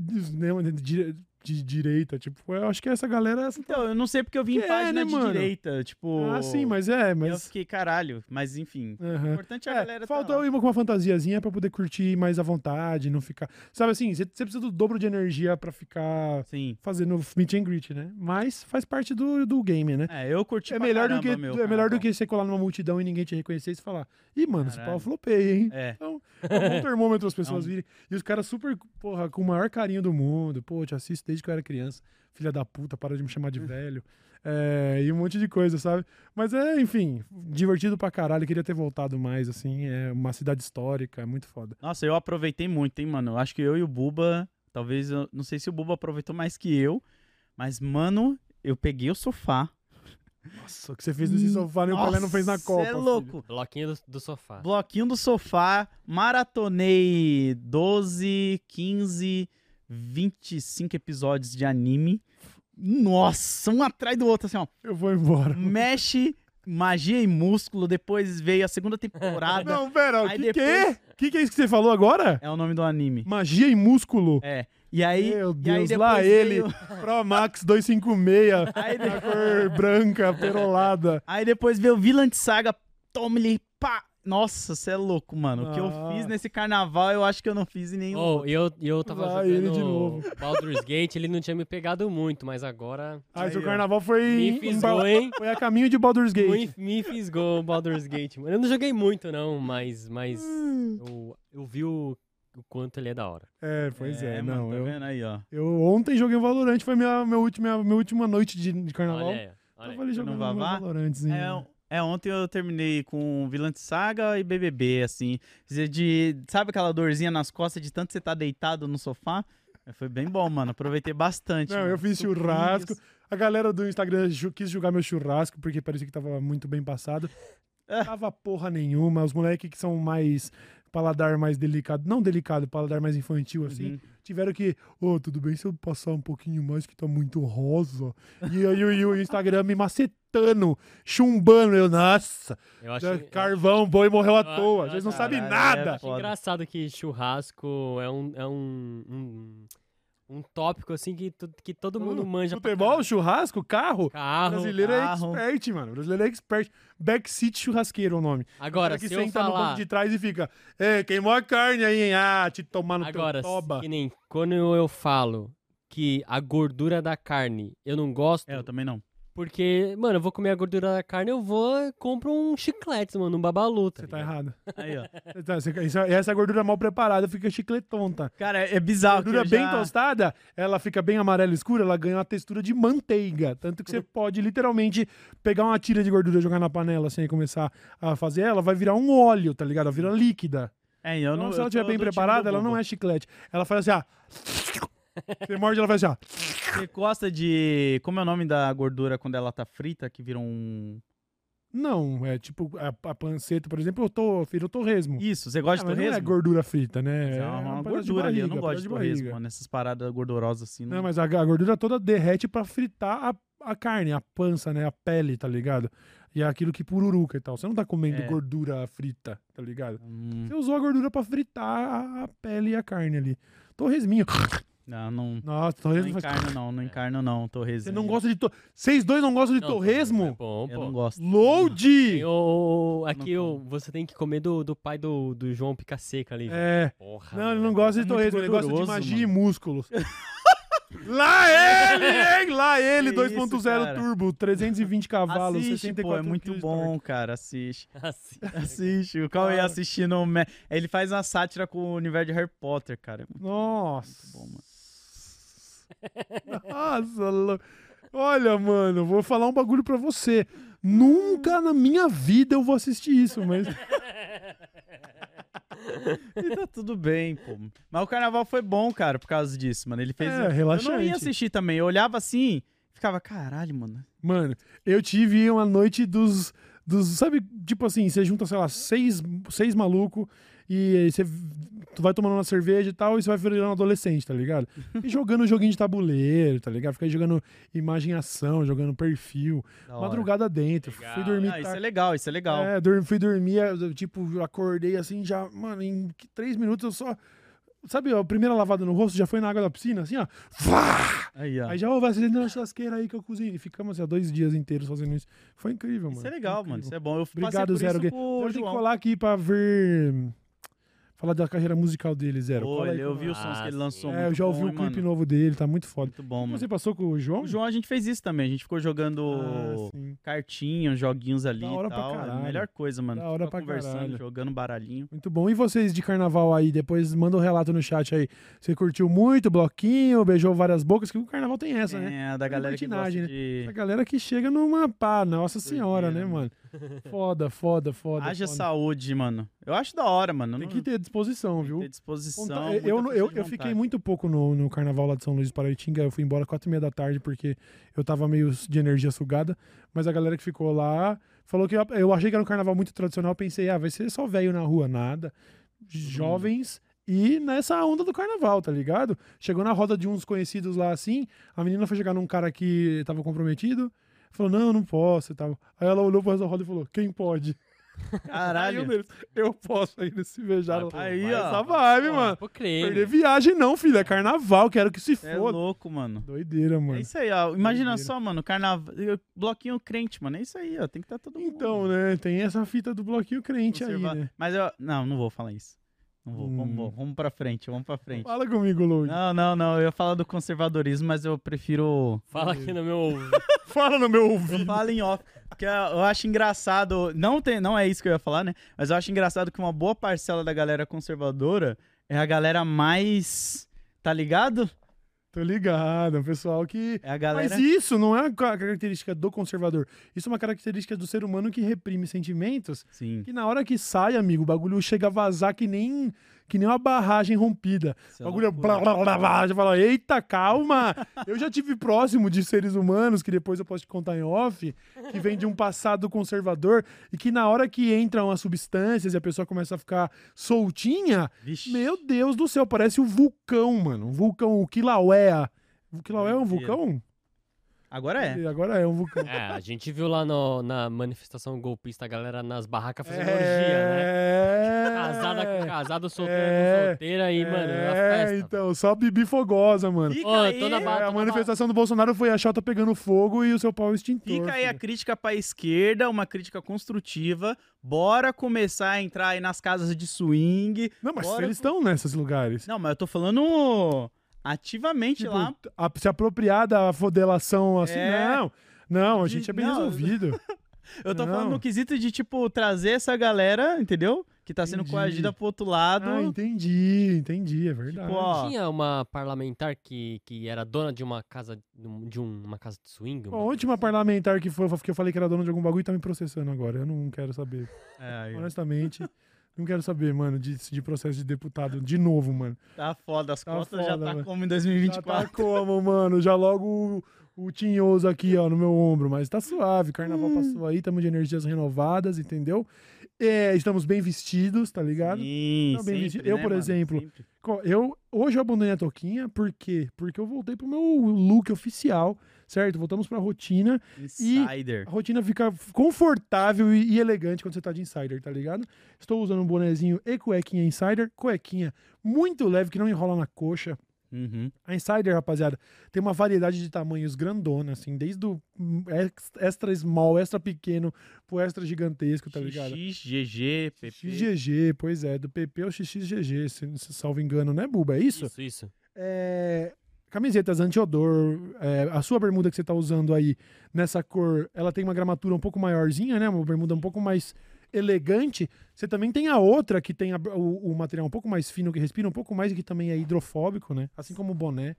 de direita, tipo, eu acho que essa galera... Então, eu não sei porque eu vi em página de direita, tipo... sim, mas Eu fiquei, caralho, mas enfim. O importante é a galera... Faltou ir com uma fantasiazinha pra poder curtir mais à vontade, não ficar... Sabe assim, você precisa do dobro de energia pra ficar fazendo meet and greet, né? Mas faz parte do game, né? Eu curti É melhor do que você colar numa multidão e ninguém te reconhecer e você falar, mano, esse pau flopei, hein? Então, é um bom termômetro as pessoas virem. E os caras super, com o maior carinho do mundo. Pô, te assisto desde que eu era criança. Filha da puta, para de me chamar de velho. E um monte de coisa, sabe? Mas enfim, divertido pra caralho. Queria ter voltado mais, assim. É uma cidade histórica, é muito foda. Nossa, eu aproveitei muito, hein, mano? Eu acho que eu e o Buba, talvez, não sei se o Buba aproveitou mais que eu, mas, mano, eu peguei o sofá. Nossa, o que você fez nesse sofá, nem o Pelé não fez na Copa. É louco. Filho. Bloquinho do sofá. Bloquinho do sofá, maratonei 12, 15, 25 episódios de anime. Nossa, um atrás do outro, assim, ó. Eu vou embora. Mexe, magia e músculo, depois veio a segunda temporada. Não, pera, o que depois... que é isso que você falou agora? É o nome do anime. Magia e músculo? E aí, meu Deus, lá ele, Pro Max 256, a cor branca, perolada. Aí depois veio o Vinland Saga, tome-lhe, pá. Nossa, você é louco, mano. O que eu fiz nesse carnaval, eu acho que eu não fiz em nenhum. Eu tava jogando Baldur's Gate, ele não tinha me pegado muito, mas agora... seu carnaval foi... Me fisgou, hein? Foi a caminho de Baldur's Gate. Me fisgou o Baldur's Gate, mano. Eu não joguei muito, não, mas eu vi o quanto ele é da hora. Pois é. Mano, Não, tá vendo aí, ó. Eu ontem joguei o Valorant, foi minha última noite de carnaval. Olha eu falei jogando um Valorantzinho. Ontem eu terminei com Vinland Saga e BBB, assim. Sabe aquela dorzinha nas costas de tanto você tá deitado no sofá? Foi bem bom, mano. Aproveitei bastante. Não, eu fiz churrasco. A galera do Instagram quis julgar meu churrasco, porque parecia que tava muito bem passado. Tava porra nenhuma. Os moleques que são mais... paladar mais delicado, não delicado, paladar mais infantil, assim, tiveram que, tudo bem se eu passar um pouquinho mais, que tá muito rosa. E aí o Instagram me macetando, chumbando, nossa, carvão, boi morreu à toa, vocês não sabem nada. Acho engraçado que churrasco é um tópico, assim, que todo mundo manja. Futebol, churrasco, carro. Brasileiro é expert, mano. Brasileiro é expert. Backseat churrasqueiro é o nome. Agora, que se senta eu no falar... banco de trás e fica, queimou a carne aí, hein? Te tomar no teu toba. Que nem quando eu falo que a gordura da carne eu não gosto... Eu também não. Porque, mano, eu vou comer a gordura da carne, eu compro um chiclete, mano, um babalu. Você tá errado. Aí, ó. Essa gordura mal preparada fica chicletonta. Cara, é bizarro. A gordura bem tostada, ela fica bem amarela escura, ela ganha uma textura de manteiga. Tanto que você pode literalmente pegar uma tira de gordura e jogar na panela assim e começar a fazer ela, vai virar um óleo, tá ligado? Ela vira líquida. Então, se ela estiver bem preparada, ela não é chiclete. Ela faz assim, você morde, ela faz assim, Você gosta de... Como é o nome da gordura quando ela tá frita, que vira um... Não, é tipo a panceta, por exemplo, vira o torresmo. Isso, você gosta de torresmo? Não é gordura frita, né? É uma gordura ali, eu não gosto de torresmo, mano, essas paradas gordurosas assim. Não, mas a gordura toda derrete pra fritar a carne, a pança, né? A pele, tá ligado? E é aquilo que pururuca e tal. Você não tá comendo gordura frita, tá ligado? Você usou a gordura pra fritar a pele e a carne ali. Torresminho. Não. Nossa, Não torresmo encarno não, torresmo. Você não gosta de Vocês dois não gostam de torresmo? É bom, Eu pô. não gosto. Load! Aqui você tem que comer do pai do João Pica Seca ali. É. Porra, Não, ele mano. não gosta de É muito torresmo, ele gosta de gorduroso, magia mano. e músculos. Lá ele, hein? Lá ele, Que 2.0 isso, cara. turbo, 320 cavalos, Assiste, 64 pô, é muito quilos de bom, torque. cara, assiste. Assim. Assiste, o Cauê assistindo, ele faz uma sátira com o universo de Harry Potter, cara. É muito Nossa. bom, mano. Nossa, olha, mano, vou falar um bagulho pra você. Nunca na minha vida eu vou assistir isso, mas... E tá tudo bem, pô. Mas o carnaval foi bom, cara, por causa disso, mano. Ele fez. Eu não relaxante. ia assistir também. Eu olhava assim, ficava, caralho, mano. Mano, eu tive uma noite dos sabe, tipo assim, você junta, sei lá, seis malucos e aí tu vai tomando uma cerveja e tal, e você vai virando um adolescente, tá ligado? E jogando joguinho de tabuleiro, tá ligado? Fica aí jogando imagem e ação, jogando perfil, Da hora. madrugada dentro. Legal. Fui dormir. Isso é legal, isso é legal. É, fui dormir, tipo, acordei assim, já, mano, em 3 minutos eu só. Sabe, a primeira lavada no rosto já foi na água da piscina, assim, ó. Vá! Aí, ó. Aí já vai acendendo na churrasqueira aí que eu cozinho. E ficamos assim, 2 dias inteiros fazendo isso. Foi incrível, mano. Isso é legal, Foi mano. incrível. Isso é bom. Eu Obrigado, passei por Zero. isso com o Zero tem que João. colar aqui pra ver. Falar da carreira musical dele, Zero. Cola aí Olha, eu comigo. vi os sons que ele lançou. É, muito eu já ouvi bom, o hein, clipe mano. novo dele, tá muito foda. Muito bom, mano. Você passou com o João? O João, a gente fez isso também. A gente ficou jogando Sim. cartinhas, joguinhos ali Da hora e pra tal. É a caralho. melhor coisa, mano. Da hora Ficar pra conversando, caralho. jogando baralhinho. Muito bom. E vocês de carnaval aí? Depois manda um relato no chat aí. Você curtiu muito, bloquinho, beijou várias bocas, que o carnaval tem essa, né? É, da galera que gosta libertinagem, né? de... A galera que chega numa pá, nossa senhora, né, Doideira, mano? Foda, foda, foda. Haja foda. saúde, mano. Eu acho da hora, mano. Tem Não- que ter disposição, tem que viu? ter disposição. Eu muita força de fiquei vontade. muito pouco no carnaval lá de São Luís do Paraitinga. Eu fui embora 4:30 da tarde porque eu tava meio de energia sugada. Mas a galera que ficou lá falou que eu achei que era um carnaval muito tradicional. Pensei, vai ser só velho na rua, nada. Jovens e nessa onda do carnaval, tá ligado? Chegou na roda de uns conhecidos lá assim. A menina foi chegar num cara que tava comprometido. Falou, não posso e tal. Aí ela olhou pro resto da roda e falou, quem pode? Aí Caralho. um deles, eu posso ainda se beijar. Vai, pô, Aí, vai, ó. Essa vibe, Pô, mano. Pô, crer, Perder né? viagem não, filho. É carnaval, quero que se É foda. louco, mano. Doideira, mano. É isso aí, ó. Imagina Doideira. só, mano. Carnaval. Bloquinho crente, mano. É isso aí, ó. Tem que estar todo mundo. Então, né, tem essa fita do bloquinho crente aí, Conservar- né? Mas eu. Não vou falar isso. Não vou. Vamos pra frente, vamos pra frente. Fala comigo, Lou. Não. Eu ia falar do conservadorismo, mas eu prefiro. Fala aqui no meu... Fala no meu Eu ouvido. falo em off. Porque eu acho engraçado. Não é isso que eu ia falar, né? Mas eu acho engraçado que uma boa parcela da galera conservadora é a galera mais. Tá ligado? Tô ligado, é um pessoal que... É a galera. Mas isso não é uma característica do conservador. Isso é uma característica do ser humano que reprime sentimentos. Sim. Que na hora que sai, amigo, o bagulho chega a vazar que nem uma barragem rompida. Isso O é bagulho é loucura. blá, blá, blá, blá. Já fala, eita, calma. Eu já tive próximo de seres humanos, que depois eu posso te contar em off, que vem de um passado conservador e que na hora que entram as substâncias e a pessoa começa a ficar soltinha, Vixe. meu Deus do céu, parece um vulcão, mano. Um vulcão, o Kilauea. O Kilauea é um Doideira. vulcão? Agora é. Agora é um vulcão. É, a gente viu lá na manifestação golpista a galera nas barracas fazendo orgia, né? Casado, solteiro, solteira aí, mano, é a festa. então, só Bibi Fogosa, mano. Fica Ô, aí, tô na ba- A manifestação do Bolsonaro foi a chota pegando fogo e o seu pau extintor. Fica aí a filho. crítica pra esquerda, uma crítica construtiva. Bora começar a entrar aí nas casas de swing. Não, mas Bora eles estão nesses lugares. Não, mas eu tô falando ativamente Tipo, lá. se apropriar da fodelação assim, É. não, a De- gente é bem não. resolvido. Eu tô não. falando no quesito de, tipo, trazer essa galera, entendeu? Que tá sendo Entendi. coagida pro outro lado. Entendi, é verdade. Tipo, ó, Tinha uma parlamentar que era dona de uma casa uma casa de swing. Bom, a última parlamentar que eu falei que era dona de algum bagulho tá me processando agora. Eu não quero saber. aí, ó. Honestamente, não quero saber, mano, de processo de deputado de novo, mano. Tá foda, as Tá cotas já foda, tá mano. como em Já 2024. tá como, mano? Já logo o tinhoso aqui, ó, no meu ombro. Mas tá suave, carnaval passou aí, estamos de energias renovadas, entendeu? Estamos bem vestidos, tá ligado? Sim, Não, bem sempre, vestido. Eu, né, por mano? exemplo, Sempre. Hoje eu abandonei a touquinha, por quê? Porque eu voltei pro meu look oficial, certo? Voltamos pra rotina. Insider. A rotina fica confortável e elegante quando você tá de insider, tá ligado? Estou usando um bonezinho e cuequinha insider, cuequinha muito leve, que não enrola na coxa. A Insider, rapaziada, tem uma variedade de tamanhos grandona, assim, desde o extra small, extra pequeno, pro extra gigantesco, tá ligado? XGG, PP. XGG, pois é, do PP ao XXGG, se salvo engano, né, Buba? É isso? Isso. Camisetas anti-odor, a sua bermuda que você tá usando aí, nessa cor, ela tem uma gramatura um pouco maiorzinha, né, uma bermuda um pouco mais elegante. Você também tem a outra que tem o material um pouco mais fino, que respira um pouco mais e que também é hidrofóbico, né? Assim como o boné.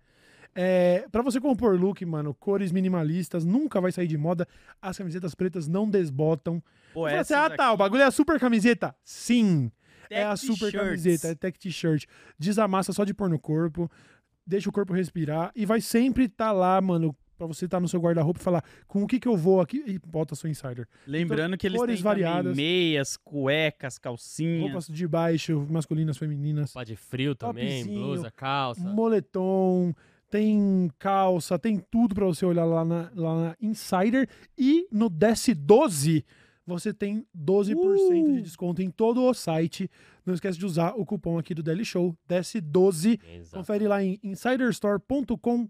Pra você compor look, mano, cores minimalistas, nunca vai sair de moda. As camisetas pretas não desbotam. Pô, Você fala assim, o bagulho é a super camiseta? Sim, é a super T-shirts. camiseta, é tech t-shirt. Desamassa só de pôr no corpo, deixa o corpo respirar e vai sempre estar lá, mano, pra você estar no seu guarda-roupa e falar com o que eu vou aqui e bota sua Insider. Lembrando que eles cores têm variadas. também meias, cuecas, calcinhas. Roupas de baixo, masculinas, femininas. Roupa de frio também, Topzinho, blusa, calça. Moletom, tem calça, tem tudo pra você olhar lá na Insider. E no Desce 12, você tem 12% de desconto em todo o site. Não esquece de usar o cupom aqui do Daily Show, Desce 12. Exato. Confere lá em insiderstore.com.br.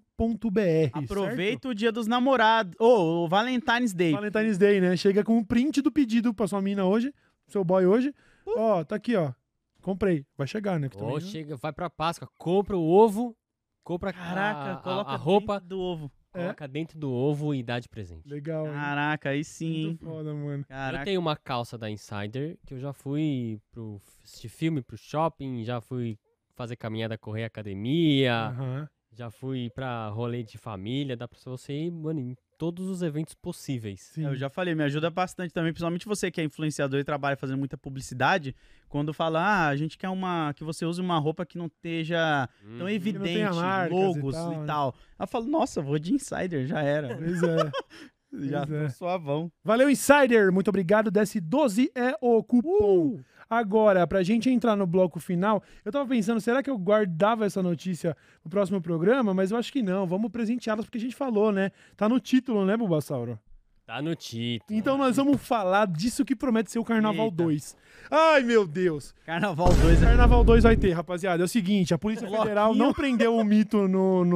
Aproveita o dia dos namorados. O Valentine's Day. Valentine's Day, né? Chega com um print do pedido pra sua mina hoje, seu boy hoje. Ó, tá aqui, ó. Comprei. Vai chegar, né? Que também, Ou né? chega, vai pra Páscoa, compra o ovo, compra Caraca, coloca a roupa, dentro do ovo. coloca dentro do ovo e dá de presente. Legal. hein? Caraca, aí sim, hein? Muito foda, mano. Caraca. Eu tenho uma calça da Insider que eu já fui pro assistir filme, pro shopping, já fui fazer caminhada, correr academia, Aham. já fui pra rolê de família, dá pra você ir, mano, em todos os eventos possíveis. Sim. Eu já falei, me ajuda bastante também, principalmente você que é influenciador e trabalha fazendo muita publicidade, quando fala, a gente quer que você use uma roupa que não esteja tão evidente, tenha marcas logos e tal, né? e tal. Eu falo, nossa, vou de Insider, já era. Pois é. Já Pois é. tô suavão. Valeu, Insider. Muito obrigado. Desce 12 é o cupom. Agora, pra gente entrar no bloco final, eu tava pensando, será que eu guardava essa notícia pro próximo programa? Mas eu acho que não. Vamos presenteá-las porque a gente falou, né? Tá no título, né, Bulbasauro? Tá no título. Então nós vamos falar disso que promete ser o Carnaval Eita. 2. Ai, meu Deus. Carnaval 2 é... Carnaval 2 vai ter, rapaziada. É o seguinte, a Polícia Federal Bloquinho. não prendeu o mito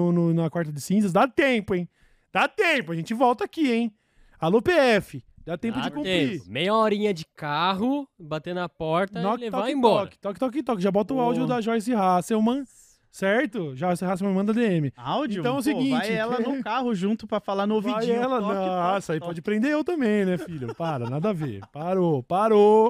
na quarta de cinzas. Dá tempo, hein? Dá tempo. A gente volta aqui, hein? Alô, PF. Dá tempo de cumprir. Meia horinha de carro, bater na porta Knock, e levar toque, embora. Toque. Já bota o áudio da Joyce Hasselman, certo? Joyce Hasselman manda DM. Áudio? Então é o Pô, seguinte, vai ela no carro junto pra falar no Vai ouvidinho. ela, toque, nossa, aí toque, pode prender eu também, né, filho? Para, nada a ver. Parou. Parou.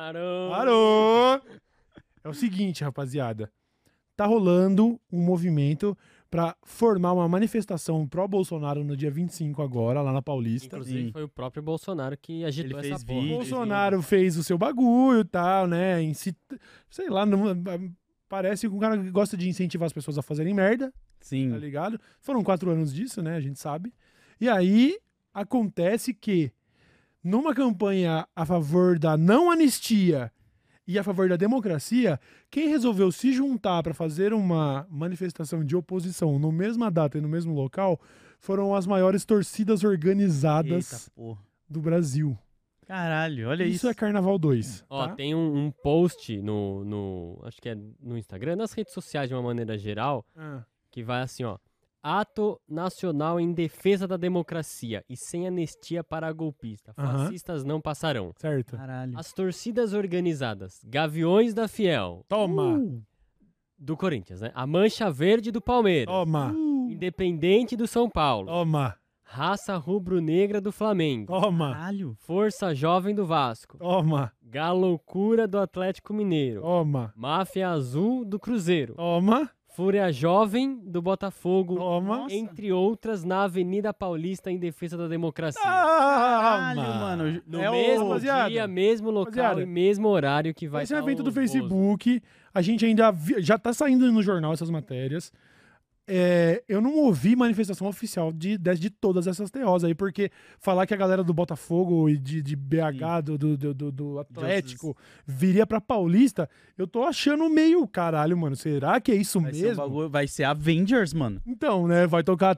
É o seguinte, rapaziada. Tá rolando um movimento pra formar uma manifestação pró-Bolsonaro no dia 25 agora, lá na Paulista. Inclusive Sim. foi o próprio Bolsonaro que agitou Ele essa fez porra. O vídeo. Bolsonaro fez o seu bagulho e tal, né? Sei lá, parece que um cara que gosta de incentivar as pessoas a fazerem merda, Sim. tá ligado? Foram 4 anos disso, né? A gente sabe. E aí acontece que numa campanha a favor da não anistia e a favor da democracia, quem resolveu se juntar para fazer uma manifestação de oposição no mesma data e no mesmo local foram as maiores torcidas organizadas Eita, porra. do Brasil. Caralho, olha Isso isso. é Carnaval 2. Ó, tá? tem um post acho que é no Instagram, nas redes sociais de uma maneira geral, Ah, que vai assim, ó. Ato nacional em defesa da democracia e sem anistia para golpista. Aham. Fascistas não passarão. certo. Caralho. As torcidas organizadas, Gaviões da Fiel, Toma, do Corinthians, né? A Mancha Verde do Palmeiras, toma, Independente do São Paulo, toma, Raça Rubro-Negra do Flamengo, toma, Caralho. Força Jovem do Vasco, toma, Galoucura do Atlético Mineiro, toma, Máfia Azul do Cruzeiro, toma, Fúria Jovem do Botafogo, toma. entre outras, na Avenida Paulista em defesa da democracia. Caralho, mano. No É o- mesmo rapaziada, dia, mesmo local rapaziada, e mesmo horário que vai Esse é estar evento do os voos. Facebook, a gente ainda já tá saindo no jornal essas matérias. Eu não ouvi manifestação oficial de todas essas TOs aí, porque falar que a galera do Botafogo e de BH, do Atlético, viria pra Paulista, eu tô achando meio caralho, mano. Será que é isso Vai ser um mesmo? bagulho- vai ser Avengers, mano. Então, né? Vai tocar.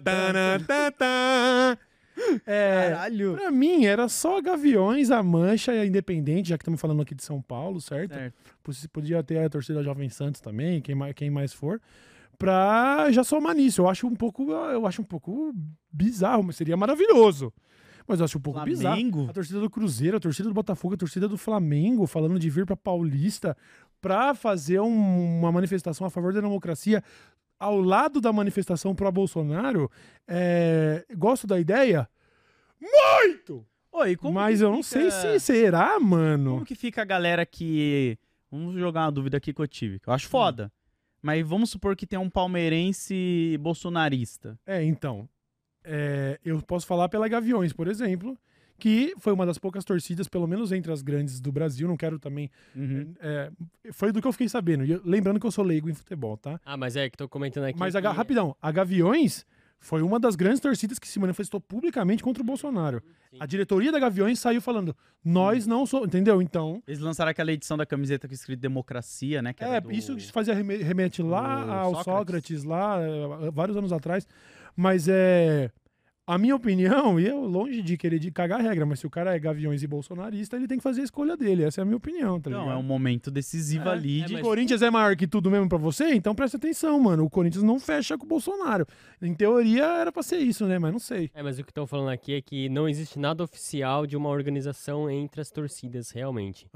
Caralho. Pra mim, era só Gaviões, a Mancha e a Independente, já que estamos falando aqui de São Paulo, certo? Certo. Podia ter a torcida Jovem Santos também, quem mais for. pra já somar nisso. Eu acho um pouco bizarro, mas seria maravilhoso. Mas eu acho um pouco bizarro. A torcida do Cruzeiro, a torcida do Botafogo, a torcida do Flamengo falando de vir pra Paulista pra fazer uma manifestação a favor da democracia ao lado da manifestação pró-Bolsonaro. Gosto da ideia? Muito! Oi, mas eu não sei se será, mano. Como que fica a galera que... Vamos jogar uma dúvida aqui que eu tive, que eu acho foda. Mas vamos supor que tem um palmeirense bolsonarista. Então... eu posso falar pela Gaviões, por exemplo, que foi uma das poucas torcidas, pelo menos entre as grandes do Brasil, não quero também... foi do que eu fiquei sabendo. E lembrando que eu sou leigo em futebol, tá? Mas que tô comentando aqui... Mas, rapidão, a Gaviões foi uma das grandes torcidas que se manifestou publicamente contra o Bolsonaro. Sim. A diretoria da Gaviões saiu falando, nós não somos... Entendeu? Então... Eles lançaram aquela edição da camiseta com escrito democracia, né? Que isso fazia remete lá ao Sócrates, lá, vários anos atrás. Mas a minha opinião, e eu longe de querer cagar a regra, mas se o cara é Gaviões e bolsonarista, ele tem que fazer a escolha dele. Essa é a minha opinião, tá ligado? Não, é um momento decisivo ali. O Corinthians é maior que tudo mesmo pra você? Então presta atenção, mano. O Corinthians não fecha com o Bolsonaro. Em teoria era pra ser isso, né? Mas não sei. Mas o que estão falando aqui é que não existe nada oficial de uma organização entre as torcidas, realmente.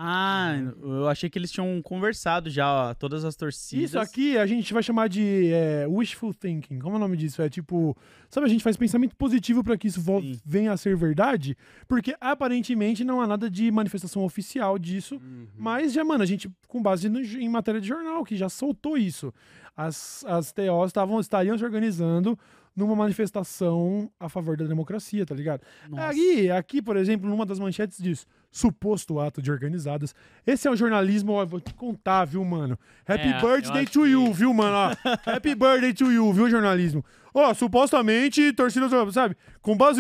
Eu achei que eles tinham conversado já, ó, todas as torcidas. Isso aqui a gente vai chamar de wishful thinking. Como é o nome disso? É tipo... Sabe, a gente faz pensamento positivo para que isso venha a ser verdade, porque aparentemente não há nada de manifestação oficial disso, mas já, mano, a gente, com base em matéria de jornal, que já soltou isso. As TOs estariam se organizando numa manifestação a favor da democracia, tá ligado? Aqui, por exemplo, numa das manchetes diz suposto ato de organizadas. Esse é um jornalismo, ó, vou te contar, viu, mano? Happy birthday to you, viu, mano? Happy birthday to you, viu, jornalismo? Supostamente, torcidas, sabe? Com base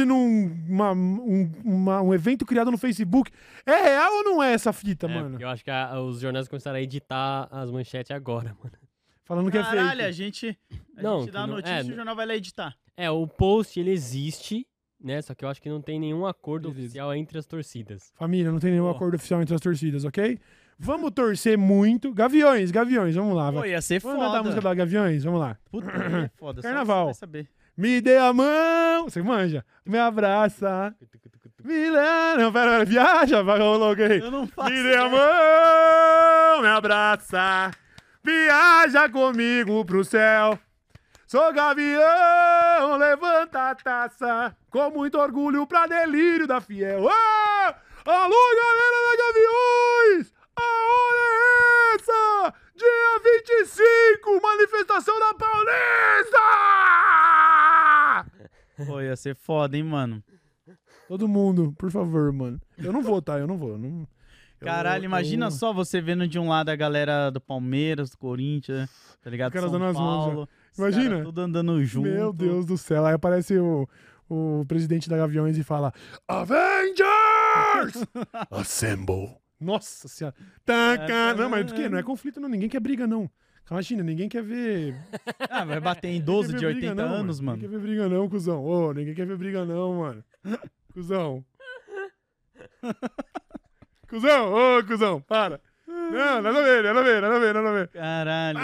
um evento criado no Facebook. É real ou não é essa fita, mano? Eu acho que os jornais começaram a editar as manchetes agora, mano. Falando que é fake. Caralho, a gente dá a notícia e o jornal vai lá editar. O post, ele existe, né? Só que eu acho que não tem nenhum acordo oficial entre as torcidas. Família, não tem nenhum acordo oficial entre as torcidas, ok? Vamos torcer muito. Gaviões, vamos lá. Pô, ia ser foda. Vamos cantar a música da Gaviões? Vamos lá. Puta, é foda. Carnaval. Só você vai saber. Me dê a mão. Você manja? Me abraça. Não, pera, viaja, vai, coloquei. Eu não faço. Me dê a mão, me abraça. Viaja comigo pro céu. Sou gavião, levanta a taça. Com muito orgulho pra delírio da fiel. Alô, galera da Gaviões! A hora é essa! Dia 25, manifestação da Paulista! Pô, ia ser foda, hein, mano? Todo mundo, por favor, mano. Eu não vou, tá? Eu não vou. Caralho, imagina só você vendo de um lado a galera do Palmeiras, do Corinthians, tá ligado? Os caras dando as mãos. Imagina. Tudo andando junto. Meu Deus do céu. Aí aparece o presidente da Gaviões e fala: Avengers! Assemble! Nossa senhora. Não, mas do quê? Não é conflito, não. Ninguém quer briga, não. Imagina, ninguém quer ver... Vai bater em 12 de 80 briga, anos, mano. Ninguém quer ver briga, não, cuzão. Ninguém quer ver briga, não, mano. Cuzão. Cuzão, para. Não, nada a ver. Caralho.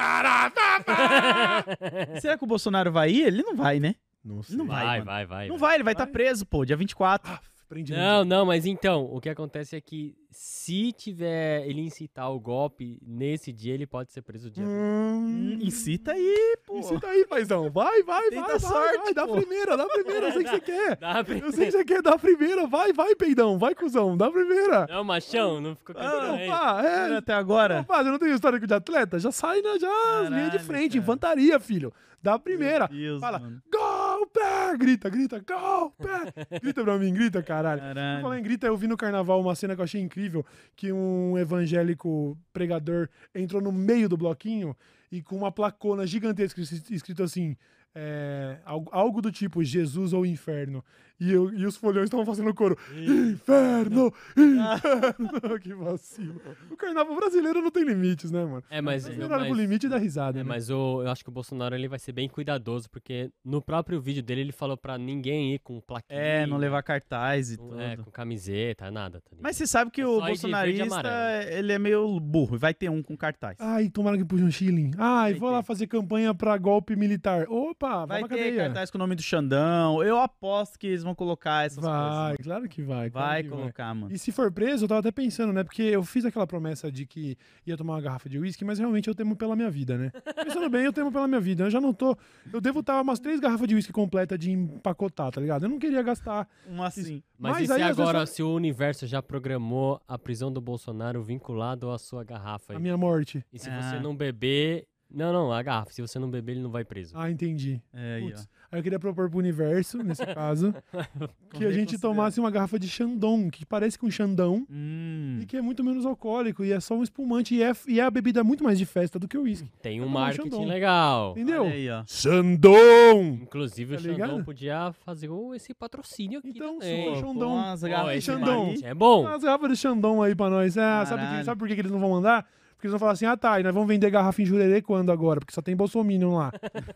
Será que o Bolsonaro vai ir? Ele não vai, né? Não sei. Não vai. Não vai, ele vai estar preso, pô, dia 24. Não, mas então, o que acontece é que se tiver ele incitar o golpe nesse dia, ele pode ser preso dia 20. Incita aí, pô. Incita aí, paizão. Vai. Tenta sorte, dá primeira. Eu sei que você quer. Eu sei que você quer dar primeira. Vai, peidão. Vai, cuzão. Dá primeira. Não, machão, não ficou cantando até agora. Você não tem histórico de atleta? Já sai, né? Linha de frente, cara. Infantaria, filho. Dá a primeira. Deus, fala, mano. golpe! Grita, golpe! Grita pra mim, grita, caralho. Eu falei em grita, eu vi no carnaval uma cena que eu achei incrível, que um evangélico pregador entrou no meio do bloquinho e com uma placona gigantesca escrito assim, algo do tipo Jesus ou Inferno. e os folhões estavam fazendo coro. Inferno! Inferno! Que vacilo. O carnaval brasileiro não tem limites, né, mano? Mas... Você olha pro limite e dá risada, né? Mas eu acho que o Bolsonaro ele vai ser bem cuidadoso, porque no próprio vídeo dele ele falou pra ninguém ir com plaquinha. Não levar cartaz e tudo. Com camiseta, nada. Tá ligado? Mas você sabe que o bolsonarista, ele é meio burro. Vai ter um com cartaz. Ai, tomara que puxe um shilling. Ai, vou lá fazer campanha pra golpe militar. Opa, vai pra ter cadeia. cartaz com o nome do Xandão. Eu aposto que eles vão colocar essas coisas. Vai, claro que vai. Vai colocar, mano. E se for preso, eu tava até pensando, né? Porque eu fiz aquela promessa de que ia tomar uma garrafa de uísque, mas realmente eu temo pela minha vida, né? Pensando bem, eu temo pela minha vida. Eu já não tô... Eu devo estar umas 3 garrafas de uísque completa de empacotar, tá ligado? Eu não queria gastar... assim. Mas e se agora, se o universo já programou a prisão do Bolsonaro vinculado à sua garrafa? A minha morte. E se você não beber... Não, a garrafa. Se você não beber, ele não vai preso. Ah, entendi. Putz, aí eu queria propor pro universo, nesse caso, que a gente tomasse uma garrafa de Xandão, que parece com Xandão, e que é muito menos alcoólico, e é só um espumante, e é a bebida muito mais de festa do que o uísque. Tem um marketing legal. Entendeu? Olha aí, ó. Xandão! Inclusive, o Xandão podia fazer esse patrocínio aqui então, também. Xandão. As garrafas de Xandão. É bom. As garrafas de Xandão aí pra nós. Sabe por que eles não vão mandar? Porque eles vão falar assim, e nós vamos vender garrafa em Jurerê quando agora? Porque só tem bolsominion lá.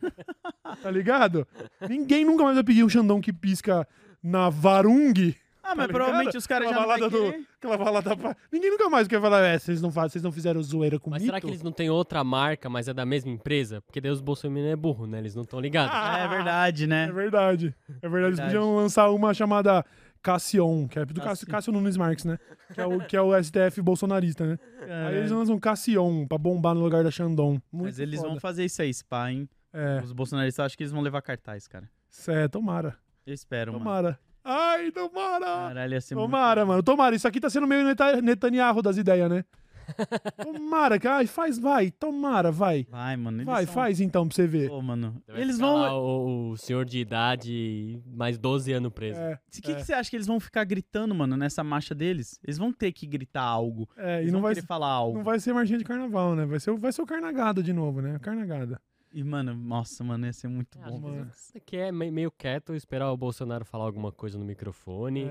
Tá ligado? Ninguém nunca mais vai pedir um Xandão que pisca na Varung. Mas provavelmente os caras já não vão querer. Aquela balada Ninguém nunca mais quer falar, vocês não fizeram zoeira comigo. Mas será que eles não têm outra marca, mas é da mesma empresa? Porque daí os bolsominions é burro, né? Eles não estão ligados. É verdade, né? É verdade. Eles podiam lançar uma chamada Cassion, que é do Cássio Nunes Marques, né? Que é o STF bolsonarista, né? Aí eles lançam Cassion pra bombar no lugar da Xandão. Mas eles vão fazer isso aí, spa, hein? Os bolsonaristas, acho que eles vão levar cartaz, cara. Tomara. Eu espero, tomara. Mano. Ai, tomara! Caralho, ia ser tomara, muito... mano. Tomara. Isso aqui tá sendo meio Netanyahu das ideias, né? Tomara, vai. Tomara, vai. Vai, mano. Faz então pra você ver. Pô, mano. Eles vão... O senhor de idade mais 12 anos preso. O que você acha que eles vão ficar gritando, mano, nessa marcha deles? Eles vão ter que gritar algo. E não vai falar algo. Não vai ser marchinha de carnaval, né? Vai ser o carnagada de novo, né? Carnagada. E, mano, nossa, mano, ia ser muito bom. Mano. Isso aqui é meio quieto, esperar o Bolsonaro falar alguma coisa no microfone.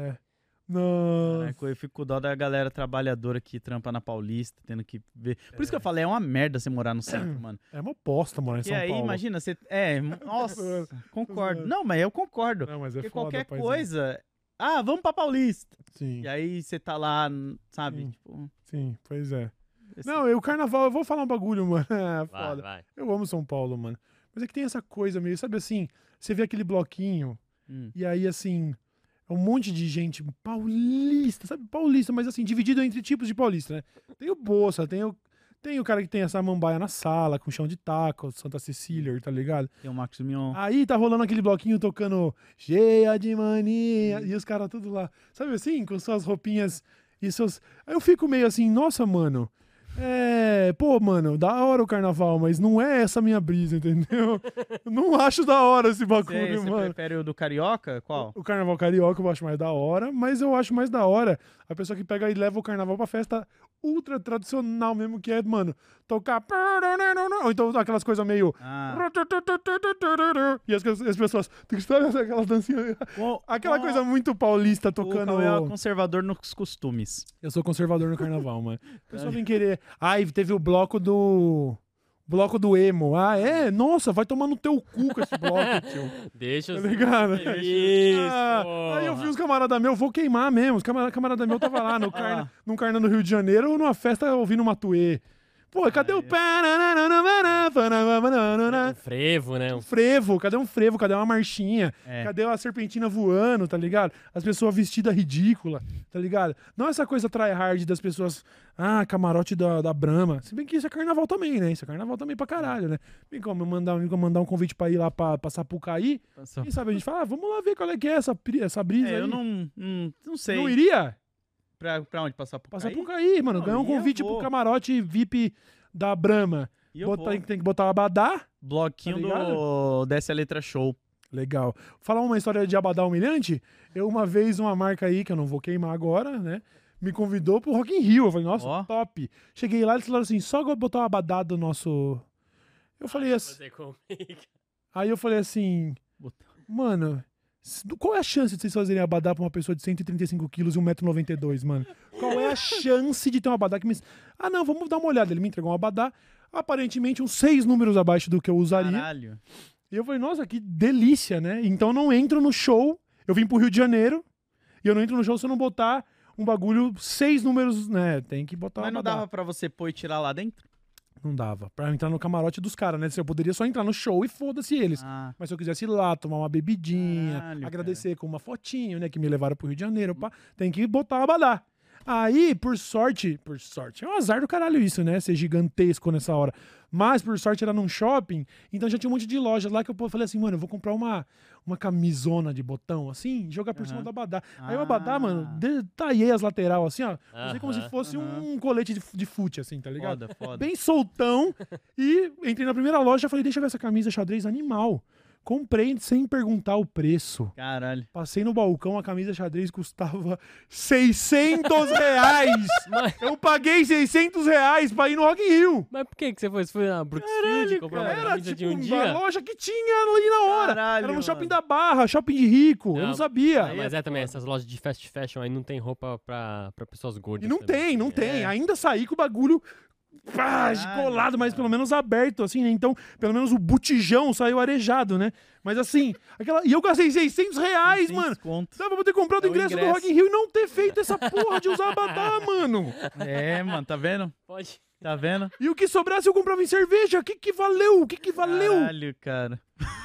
Não. Eu fico com dó da galera trabalhadora que trampa na Paulista, tendo que ver. Por isso que eu falei, é uma merda você morar no centro, mano. É uma bosta morar em São Paulo. E aí, imagina, você... nossa, concordo. Não, mas eu concordo. Não, mas é porque foda, qualquer paizão. coisa... vamos pra Paulista. Sim. E aí você tá lá, sabe? Sim, pois é. Não, o carnaval, eu vou falar um bagulho, mano. Foda. Vai. Eu amo São Paulo, mano. Mas é que tem essa coisa meio, sabe assim, você vê aquele bloquinho, e aí assim, é um monte de gente paulista, sabe? Paulista, mas assim, dividido entre tipos de paulista, né? Tem o Bolsa, tem o cara que tem essa samambaia na sala, com chão de taco, Santa Cecília, tá ligado? Tem o Max Mion. Aí tá rolando aquele bloquinho tocando cheia de mania, e os caras tudo lá, sabe assim, com suas roupinhas e seus... Aí eu fico meio assim, nossa, mano... mano, da hora o carnaval, mas não é essa a minha brisa, entendeu? Eu não acho da hora esse bagulho, Você mano. prefere o do Carioca? Qual? O carnaval carioca eu acho mais da hora, mas eu acho mais da hora a pessoa que pega e leva o carnaval pra festa ultra tradicional mesmo, que é, mano, tocar... Ou então aquelas coisas meio... E as pessoas... Aquelas dancinhas... Aquela coisa muito paulista tocando... O é conservador nos costumes. Eu sou conservador no carnaval, mano. A pessoa vem querer... Teve o bloco do emo. Nossa, vai tomar no teu cu com esse bloco, tio. Deixa eu... Tá ligado? Aí eu vi os camaradas meus, vou queimar mesmo. Os camaradas meus tava lá num carna no Rio de Janeiro ou numa festa ouvindo Matuê. Pô, cadê o... frevo, né? Frevo, cadê um frevo? Cadê uma marchinha? Cadê a serpentina voando, tá ligado? As pessoas vestidas ridícula, tá ligado? Não essa coisa tryhard das pessoas... camarote da Brahma. Se bem que isso é carnaval também, né? Isso é carnaval também pra caralho, né? Vem cá, mandar um convite pra ir lá pra Sapucaí. Quem sabe a gente fala, vamos lá ver qual é que é essa brisa aí. Eu não sei. Não iria? Pra onde? Passar por Sapucaí, mano. Ganhar um convite pro camarote VIP da Brahma. Tem que botar o abadá. Bloquinho do Desce a Letra Show. Legal. Falar uma história de abadá humilhante. Uma vez, uma marca aí, que eu não vou queimar agora, né? Me convidou pro Rock in Rio. Eu falei, nossa, top. Cheguei lá e eles falaram assim, só botar o abadá do nosso... Eu falei assim... Aí eu falei assim, mano, Qual é a chance de vocês fazerem abadá pra uma pessoa de 135 quilos e 1,92 m, mano? Qual é a chance de ter um abadá que me... Ah, não, vamos dar uma olhada. Ele me entregou um abadá, aparentemente uns 6 números abaixo do que eu usaria. Caralho. E eu falei, nossa, que delícia, né? Então eu não entro no show, eu vim pro Rio de Janeiro, e eu não entro no show se eu não botar um bagulho 6 números, né? Tem que botar Mas não abadá. dava pra você pôr e tirar lá dentro? Não dava. Pra entrar no camarote dos caras, né? Eu poderia só entrar no show e foda-se eles. Ah, Mas se eu quisesse ir lá, tomar uma bebidinha, Caralho, agradecer com uma fotinho, né? Que me levaram pro Rio de Janeiro, pá, tem que botar o abadá. Aí, por sorte, é um azar do caralho isso, né? Ser gigantesco nessa hora. Mas, por sorte, era num shopping, então já tinha um monte de lojas lá que eu falei assim, mano, eu vou comprar uma camisona de botão, assim, e jogar por cima do abadá. Aí o abadá, mano, detalhei as lateral, assim, ó. Usei como se fosse um colete de fute, assim, tá ligado? foda. Bem soltão. E entrei na primeira loja e falei, deixa eu ver essa camisa xadrez animal. Comprei sem perguntar o preço. Caralho. Passei no balcão, a camisa xadrez custava 600 reais. Eu paguei 600 reais pra ir no Rock in Rio. Mas por que você foi? Você foi na Brooksfield comprar uma Era camisa tipo de um uma dia? loja que tinha ali na hora. Caralho, Era no mano. shopping da Barra, shopping de rico. Eu Não, não sabia. Mas também, essas lojas de fast fashion aí não tem roupa pra pessoas gordas. E não também. tem, tem. É. Ainda saí com o bagulho colado, mas pelo menos aberto, assim, né? Então, pelo menos o botijão saiu arejado, né? Mas assim, e eu gastei 600 reais, 600 mano. conto. Dava pra ter comprado É o o ingresso do ingresso. Rock in Rio e não ter feito essa porra de usar abadá, mano. É, mano, tá vendo? Pode. Tá vendo? E o que sobrasse eu comprava em cerveja. O que valeu? O que valeu? Caralho, cara.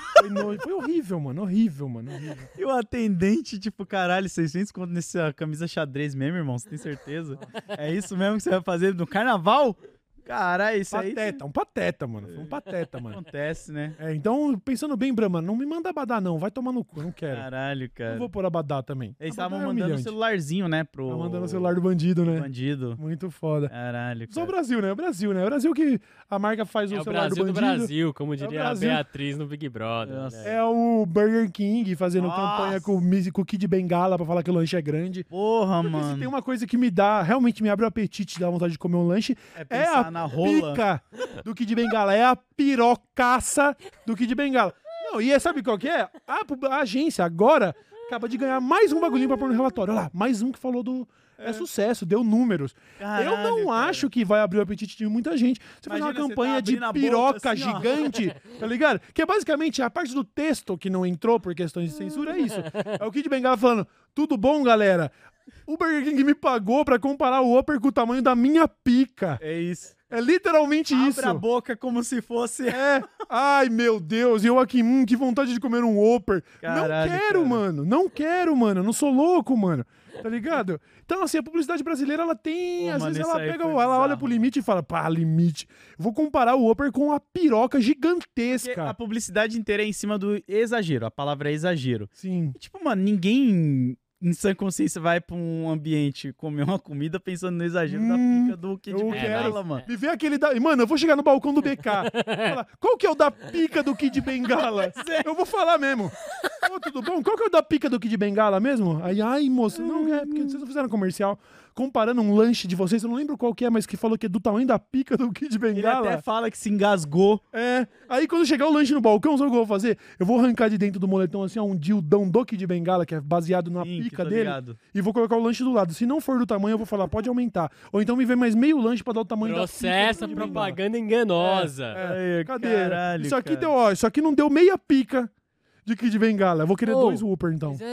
Foi horrível, mano. Horrível. E o atendente, tipo, caralho, 600 conto nessa camisa xadrez mesmo, irmão? Você tem certeza? É isso mesmo que você vai fazer no carnaval? Caralho, isso aí Um pateta, mano. Foi um pateta, mano. acontece, né? É, então, pensando bem, Brahma, não me manda abadá, não. Vai tomar no cu, eu não quero. Caralho, cara. Não vou pôr abadá também. Eles Abadá estavam é mandando o humilhante. celularzinho, né, pro... Tá mandando o celular do bandido, né? bandido. Muito foda. Caralho, Só o cara. Brasil, né? O Brasil, né? O Brasil que a marca faz É o o celular Brasil do do bandido. Brasil, como diria a Brasil. Beatriz no Big Brother. Nossa. né? É o Burger King fazendo Nossa. campanha com o Kid Bengala pra falar que o lanche é grande. Porra, Porque se mano. tem uma coisa que realmente me abre o apetite, dá vontade de comer um lanche, É é pensar a na rola. pica do Kid Bengala, é a pirocaça do Kid Bengala. Não, e sabe qual que é? A agência agora acaba de ganhar mais um bagulhinho pra pôr no relatório. Olha lá, mais um que falou do... É sucesso, deu números. Caralho, Eu não cara. acho que vai abrir o apetite de muita gente. Você fazer uma Imagina, você campanha tá de abrindo a boca piroca assim, ó. gigante, tá ligado? Que é basicamente a parte do texto que não entrou por questões de censura, é isso. É o Kid Bengala falando, tudo bom, galera? O Burger King me pagou pra comparar o Whopper com o tamanho da minha pica. É isso. É literalmente isso. Abre a boca como se fosse... É. Ai, meu Deus. E eu aqui, que vontade de comer um Whopper. Caralho, não quero, cara. mano. Não quero, mano. Eu não sou louco, mano. Tá ligado? Então, assim, a publicidade brasileira, ela tem... Pô, às mano, vezes isso ela aí pega, foi ela olha bizarro, pro limite e fala, pá, limite. Eu vou comparar o Whopper com a piroca Porque gigantesca. a publicidade inteira é em cima do exagero. A palavra é exagero. Sim. E, tipo, mano, ninguém em sã consciência vai pra um ambiente comer uma comida pensando no exagero da pica do Kid eu Bengala, quero. mano. Me vê aquele da... Mano, eu vou chegar no balcão do BK. Falar, qual que é o da pica do Kid Bengala? Eu vou falar mesmo. Ô, tudo bom? Qual que é o da pica do Kid Bengala mesmo? Aí, ai, moça, não é, porque vocês não fizeram comercial comparando um lanche de vocês, eu não lembro qual que é, mas que falou que é do tamanho da pica do Kid Ele Bengala. até fala que se engasgou. É. Aí quando chegar o lanche no balcão, sabe o que eu vou fazer? Eu vou arrancar de dentro do moletom assim, ó, um dildão do Kid Bengala, que é baseado na Sim, que pica tô dele. ligado. E vou colocar o lanche do lado. Se não for do tamanho, eu vou falar, pode aumentar. Ou então me vê mais meio lanche pra dar o tamanho Processa da pica do Kid Bengala. propaganda enganosa. Ai, Cadê? caralho, Isso aqui cara. deu, ó, isso aqui não deu meia pica de Kid Bengala. Eu vou querer Ô, 2 Whopper, então. Mas é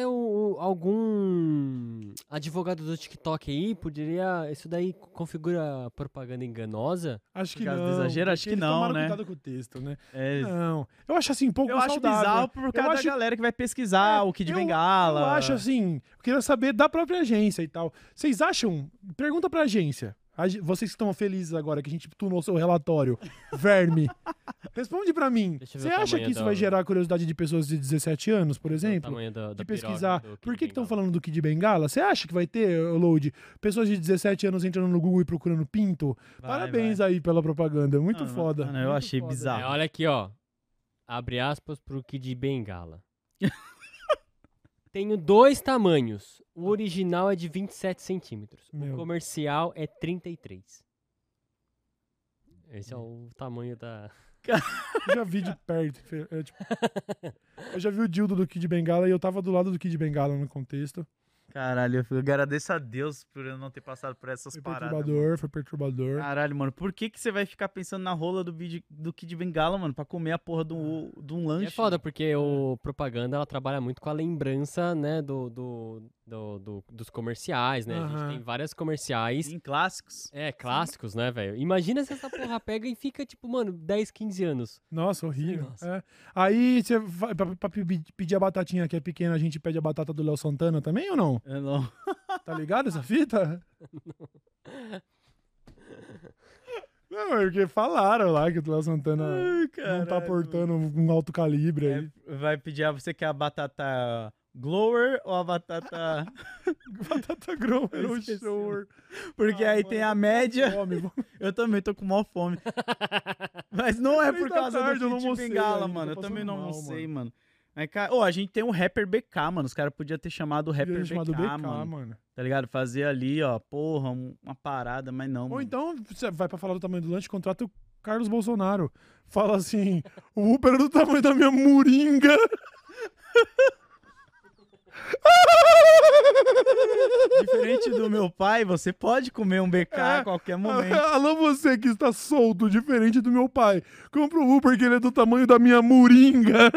algum advogado do TikTok aí, poderia... Isso daí configura propaganda enganosa? Acho que Por causa do não. exagero, acho porque que eles não, tomaram né? cuidado com o texto, né? É, Não. Eu acho assim, um pouco eu acho saudável. bizarro por causa acho- da galera que vai pesquisar o Kid Bengala. Eu acho assim, eu queria saber da própria agência e tal. Vocês acham? Pergunta pra agência. Vocês que estão felizes agora que a gente tunou seu relatório, verme. Responde pra mim. Deixa eu ver Você o acha tamanho que isso do- vai gerar curiosidade de pessoas de 17 anos, por O exemplo? tamanho da De piroca pesquisar. do Kid Por que estão Bengala. falando do Kid Bengala? Você acha que vai ter, Load, pessoas de 17 anos entrando no Google e procurando pinto? Vai, Parabéns vai. aí pela propaganda. Muito Mano, foda. mano, eu muito achei foda. bizarro. É, olha aqui, ó. Abre aspas pro Kid Bengala. Tenho 2 tamanhos. O original é de 27 centímetros. Meu. O comercial é 33. Esse é o tamanho da... Eu já vi de perto. Eu já vi o dildo do Kid Bengala e eu tava do lado do Kid Bengala no contexto. Caralho, eu agradeço a Deus por eu não ter passado por essas paradas. Foi perturbador. Caralho, mano, por que você vai ficar pensando na rola do Kid Bengala, mano, pra comer a porra de um lanche? É foda, porque o propaganda, ela trabalha muito com a lembrança, né, dos comerciais, né? A gente tem várias comerciais. Em clássicos. Clássicos, né, velho? Imagina se essa porra pega e fica, tipo, mano, 10, 15 anos. Nossa, horrível. Aí, você vai pra pedir a batatinha que é pequena, a gente pede a batata do Léo Santana também ou não? Eu não. Tá ligado essa fita? Não, é porque falaram lá que o Léo Santana não tá portando um alto calibre aí. Vai pedir, você quer a batata Glower ou a batata... Batata Grower ou Shower. Porque aí tem a média. Eu também tô com mó fome. Mas não é por causa do Kid Bengala, mano. Eu também não sei, mano. Mas, cara, a gente tem um rapper BK, mano. Os caras podiam ter chamado o rapper BK, mano. Tá ligado? Fazer ali, ó, porra, uma parada, mas não, Ou então, você vai pra falar do tamanho do lanche, contrata o Carlos Bolsonaro. Fala assim, o Uber é do tamanho da minha moringa. Diferente do meu pai, você pode comer um BK a qualquer momento. Alô, você que está solto, diferente do meu pai. Compra o Uber que ele é do tamanho da minha moringa.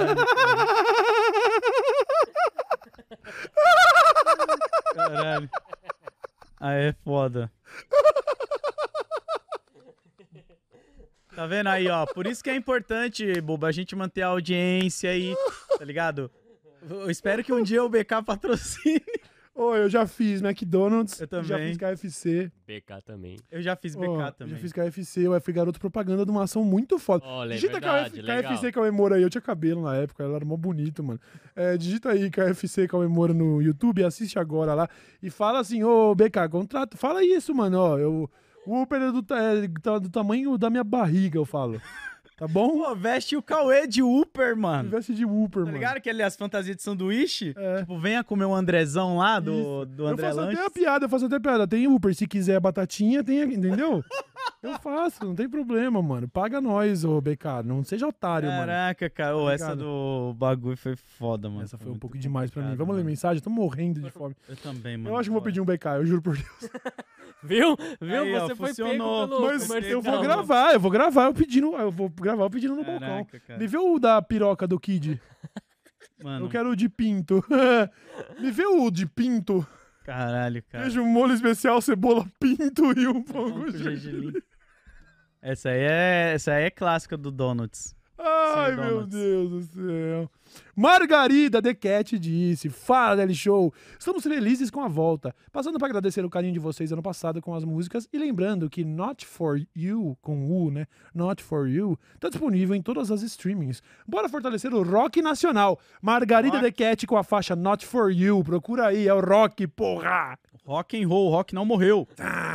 Caralho. Aí é foda. Tá vendo aí, ó? Por isso que é importante, Buba, a gente manter a audiência aí, tá ligado? Eu espero que um dia o BK patrocine. Eu já fiz McDonald's, eu também. Já fiz KFC. BK também. Eu já fiz BK também. Já fiz KFC, eu fui garoto propaganda de uma ação muito foda. Digita KFC Cauê Moura aí, eu tinha cabelo na época, ela era mó bonito, mano. Digita aí KFC Cauê Moura no YouTube, assiste agora lá e fala assim, BK, contrato, fala isso, mano, o Uber é do tamanho da minha barriga, eu falo. Tá bom? Pô, veste o Cauê de Upper, mano. Veste de Upper, mano. Tá ligado que as fantasias de sanduíche? Tipo, venha comer um Andrezão lá do André Lanches. Eu faço até piada. Tem Upper, se quiser batatinha, tem aqui, entendeu? Eu faço, não tem problema, mano. Paga nós, BK. Não seja otário, mano. Caraca, cara. Tá essa do bagulho foi foda, mano. Essa foi um pouco demais pra mim. Vamos ler mensagem? Tô morrendo de fome. Eu também, mano. Eu acho que vou pedir um BK, eu juro por Deus. Viu? Aí, você foi pego pelo Mas eu vou gravar eu pedindo no balcão. Cara. Me vê o da piroca do Kid. Mano. Eu quero o de pinto. Me vê o de pinto. Caralho, cara. Veja um molho especial, cebola, pinto e um pão com gergelim. Essa aí é clássica do Donuts. Ai, meu Deus do céu. Margarida The Cat disse: Fala, Deli Show! Estamos felizes com a volta. Passando para agradecer o carinho de vocês ano passado com as músicas e lembrando que Not For You, com U, né? Not For You, tá disponível em todas as streamings. Bora fortalecer o rock nacional. Margarida The Cat com a faixa Not For You. Procura aí, é o rock, porra! Rock and roll, rock não morreu.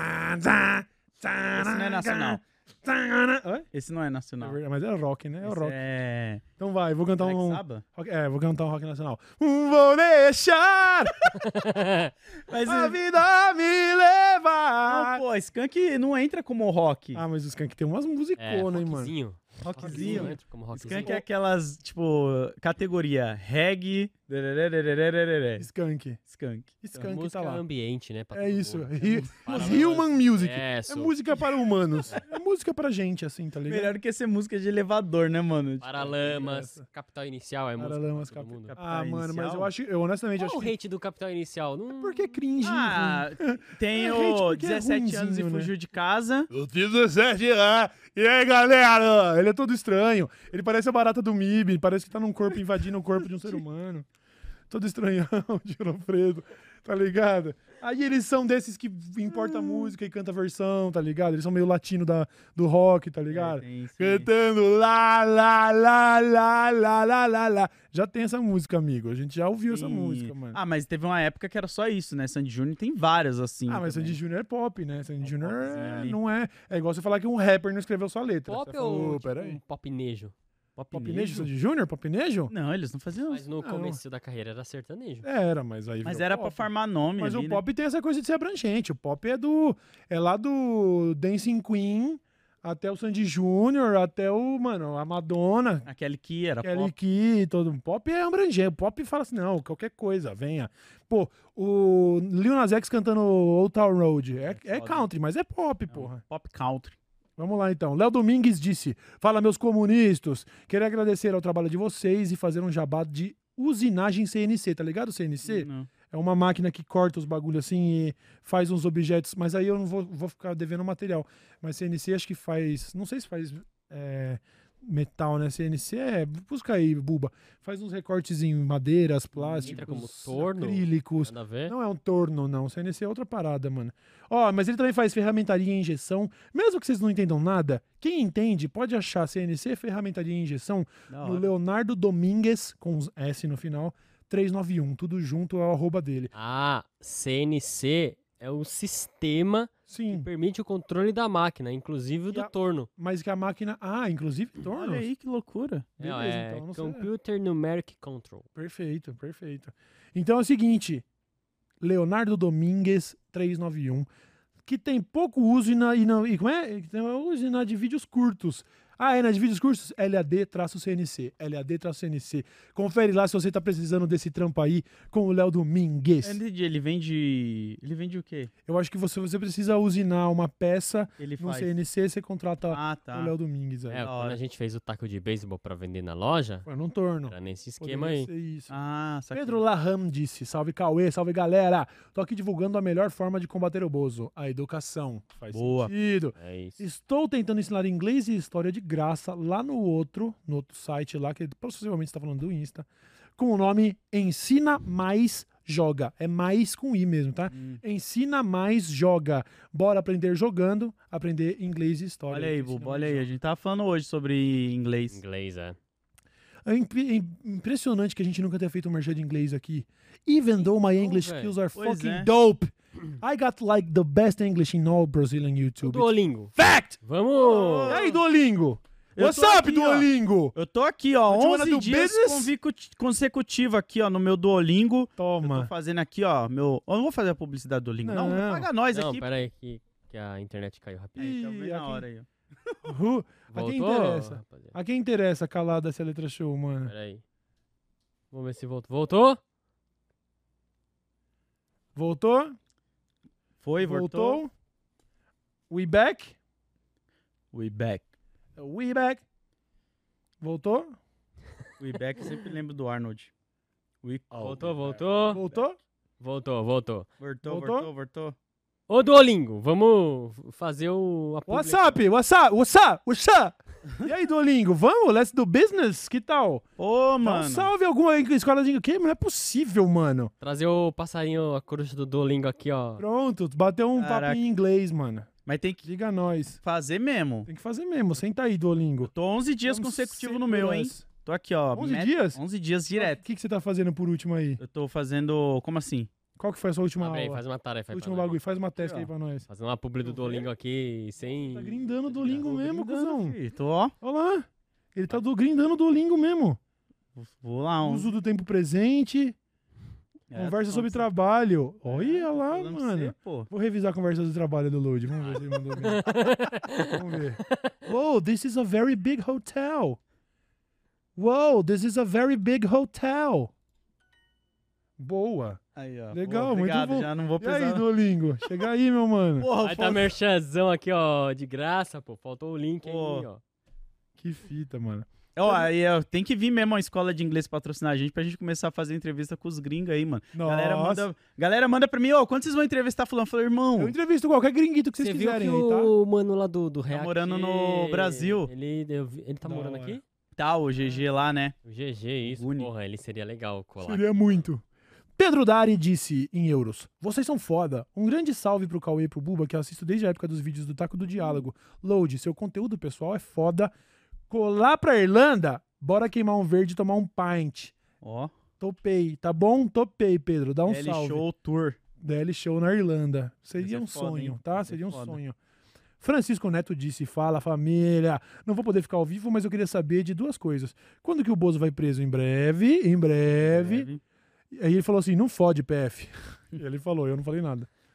Esse não é nacional. Esse não é nacional. Mas é rock, né? É o rock. É... Então vai, vou cantar um... Saba? Vou cantar um rock nacional. Vou deixar a vida me levar. Não, pô, Skank não entra como rock. Ah, mas o Skank tem umas musiconas, hein, mano. Rockzinho. Entra como rockzinho. Skank é aquelas, tipo, categoria reggae. Skunk Música tá lá. ambiente, né? É isso. Human music. É música para humanos. É música pra gente, assim, tá ligado? Melhor do que ser música de elevador, né, mano? Paralamas, Capital Inicial é música Paralamas, pra todo mundo. Mano, mas eu honestamente acho Qual o hate do Capital Inicial? Não... Porque é cringe. Tenho 17 anos e fugiu de casa. Eu fiz 17 lá. E aí, galera? Ele é todo estranho. Ele parece a barata do MIB. Parece que tá num corpo invadindo o corpo de um ser humano. Todo estranhão, Girofredo, tá ligado? Aí eles são desses que importa a música e canta a versão, tá ligado? Eles são meio latino do rock, tá ligado? Cantando lá, lá, lá, lá, lá, lá, lá, lá. Já tem essa música, amigo. A gente já ouviu essa música, mano. Ah, mas teve uma época que era só isso, né? Sandy Júnior tem várias, assim. Ah, mas Sandy Júnior é pop, né? Sandy Júnior não é... É igual você falar que um rapper não escreveu sua letra. Pop ou tipo, um popnejo? Popnejo, Sandy Júnior? Popnejo? Não, eles não faziam. Mas no começo da carreira era sertanejo. Era, mas aí. Mas era pop. Pra farmar nome. Mas ali, o pop tem essa coisa de ser abrangente. O pop é lá do Dancing Queen até o Sandy Júnior, até a Madonna, A Kelly Key era Kelly pop. Key, todo pop é abrangente. O pop fala assim, não, qualquer coisa, venha. Pô, o Lil Nas X cantando Old Town Road, é foda. country, mas é pop, porra. Pop country. Vamos lá, então. Léo Domingues disse, fala, meus comunistas, queria agradecer ao trabalho de vocês e fazer um jabá de usinagem CNC, tá ligado, CNC? Não. É uma máquina que corta os bagulhos assim e faz uns objetos, mas aí eu não vou ficar devendo material. Mas CNC acho que faz, não sei se faz metal, né? CNC busca aí, Buba. Faz uns recortes em madeiras, plásticos, Entra como torno? acrílicos. Nada a ver? Não é um torno, não. CNC é outra parada, mano. Ó, mas ele também faz ferramentaria e injeção. Mesmo que vocês não entendam nada, quem entende pode achar CNC, ferramentaria e injeção Da no hora. Leonardo Domingues, com S no final, 391. Tudo junto é o arroba dele. Ah, CNC é o sistema que Sim, permite o controle da máquina, inclusive o E do a- torno. mas que a máquina... Ah, inclusive torno? Olha aí que loucura. Beleza, é então, não sei. Computer Numeric Control. Perfeito, perfeito. Então é o seguinte, Leonardo Domingues 391, que tem pouco uso e como é? Tem uso de vídeos curtos. Ah, é, de vídeos curtos? LAD-CNC. LAD-CNC. Confere lá se você tá precisando desse trampo aí com o Léo Domingues. Ele vende. Ele vende o quê? Eu acho que você precisa usinar uma peça Ele no faz. CNC, você contrata Ah, tá. o Léo Domingues aí. É, da quando hora. a gente fez o taco de beisebol pra vender na loja, Foi num torno. era nesse esquema Poderia aí. ser isso. Ah, saquei. Pedro Laham disse, salve Cauê, salve galera. Tô aqui divulgando a melhor forma de combater o bozo, a educação. Faz Boa. sentido. É isso. Estou tentando ensinar inglês e história de graça lá no outro site lá, que possivelmente está falando do Insta, com o nome Ensina Mais Joga. É mais com I mesmo, tá? Ensina Mais Joga. Bora aprender jogando, aprender inglês e história. Olha aí, Ensina Bubu, Mais olha aí. A Joga. gente tava falando hoje sobre inglês. Inglês, é. É impressionante que a gente nunca tenha feito um merchan de inglês aqui. Even though my English velho. skills are Pois fucking é. dope. I got like the best English in all Brazilian O YouTube. Duolingo. Fact! Vamos! E aí, Duolingo? Eu What's tô up, aqui, ó. Duolingo? Eu tô aqui, ó, But you wanna 11 do dias business? consecutivo aqui, ó, no meu Duolingo. Eu Toma. tô fazendo aqui, ó, meu... Eu não vou fazer a publicidade do Duolingo, não. Não. Paga nós Não, aqui. pera aí que a internet caiu rapidinho. Aí, tá bem Ih, na aqui- hora aí, ó. A quem Voltou, interessa? rapaziada? A quem interessa calada essa letra show, mano? Pera aí. Vamos ver se voltou. Voltou? Voltou? Foi, voltou. Voltou? We back? We back. We back? Voltou? We back, eu sempre lembro do Arnold. Voltou, voltou. Voltou? Voltou. Voltou, Voltou? voltou, voltou. Ô, Duolingo, vamos fazer a What's publi- up? What's up? What's up? What's up? E aí, Duolingo? Vamos? Let's do business? Que tal? Ô, Dá um mano. salve alguma escola de quê? Não é possível, mano. Trazer o passarinho, a coruja do Duolingo aqui, ó. Pronto, bateu um Caraca. papo em inglês, mano. Mas tem que Diga nós. fazer mesmo. Tem que fazer mesmo. Senta aí, Duolingo. Tô 11 dias Vamos consecutivos sem no meu, hein? segurança. Tô aqui, ó. 11 dias? 11 dias O direto. que você tá fazendo por último aí? Eu tô fazendo... Como assim? Qual que foi a sua última Abre aí, aula? faz uma tarefa aí Último pra nós. bagulho. Faz uma teste ó. aí pra nós. Fazer uma publi do Duolingo aqui sem... Tá grindando o Duolingo mesmo, cuzão. Filho, tô, ó. Olha lá. Ele tá grindando o Duolingo mesmo. Vou lá, um... Uso do tempo presente. Conversa sobre trabalho. Olha lá, mano. Vou revisar a conversa do trabalho do Load. Vamos ver se ele mandou bem. Vamos ver. Whoa, this is a very big hotel. Whoa, this is a very big hotel. Boa. Aí, ó. Legal, Pô, obrigado, muito bom. já não vou E aí, precisar. Duolingo? Chega aí, meu mano. Porra, Vai tá merchanzão aqui, ó, de graça, pô. Faltou o link aí, Pô. ó. Que fita, mano. Ó, aí, ó, tem que vir mesmo uma escola de inglês patrocinar a gente pra gente começar a fazer entrevista com os gringos aí, mano. Nossa. Galera manda pra mim, ó, quando vocês vão entrevistar fulano? Eu falei, irmão, Eu entrevisto qualquer gringuito que vocês Você viu quiserem que aí, tá? o mano lá do React... morando no Brasil. Ele tá Da morando hora. aqui? tá, o GG lá, né? O GG, isso. Guni. Porra, ele seria legal colar. Seria muito. Pedro Dari disse em euros: vocês são foda. Um grande salve pro Cauê e pro Buba, que eu assisto desde a época dos vídeos do Taco do Diálogo. Load, seu conteúdo pessoal é foda. Colar pra Irlanda? Bora queimar um verde e tomar um pint. Ó, Topei, tá bom? Topei, Pedro. Dá um DL salve. Show Tour. DL Show na Irlanda. Seria Vai um ser foda, sonho, hein? tá? Vai ser Seria um foda. sonho. Francisco Neto disse: fala, família. Não vou poder ficar ao vivo, mas eu queria saber de duas coisas. Quando que o Bozo vai preso? Em breve. Em breve. Aí ele falou assim: não fode, PF. E ele falou, eu não falei nada.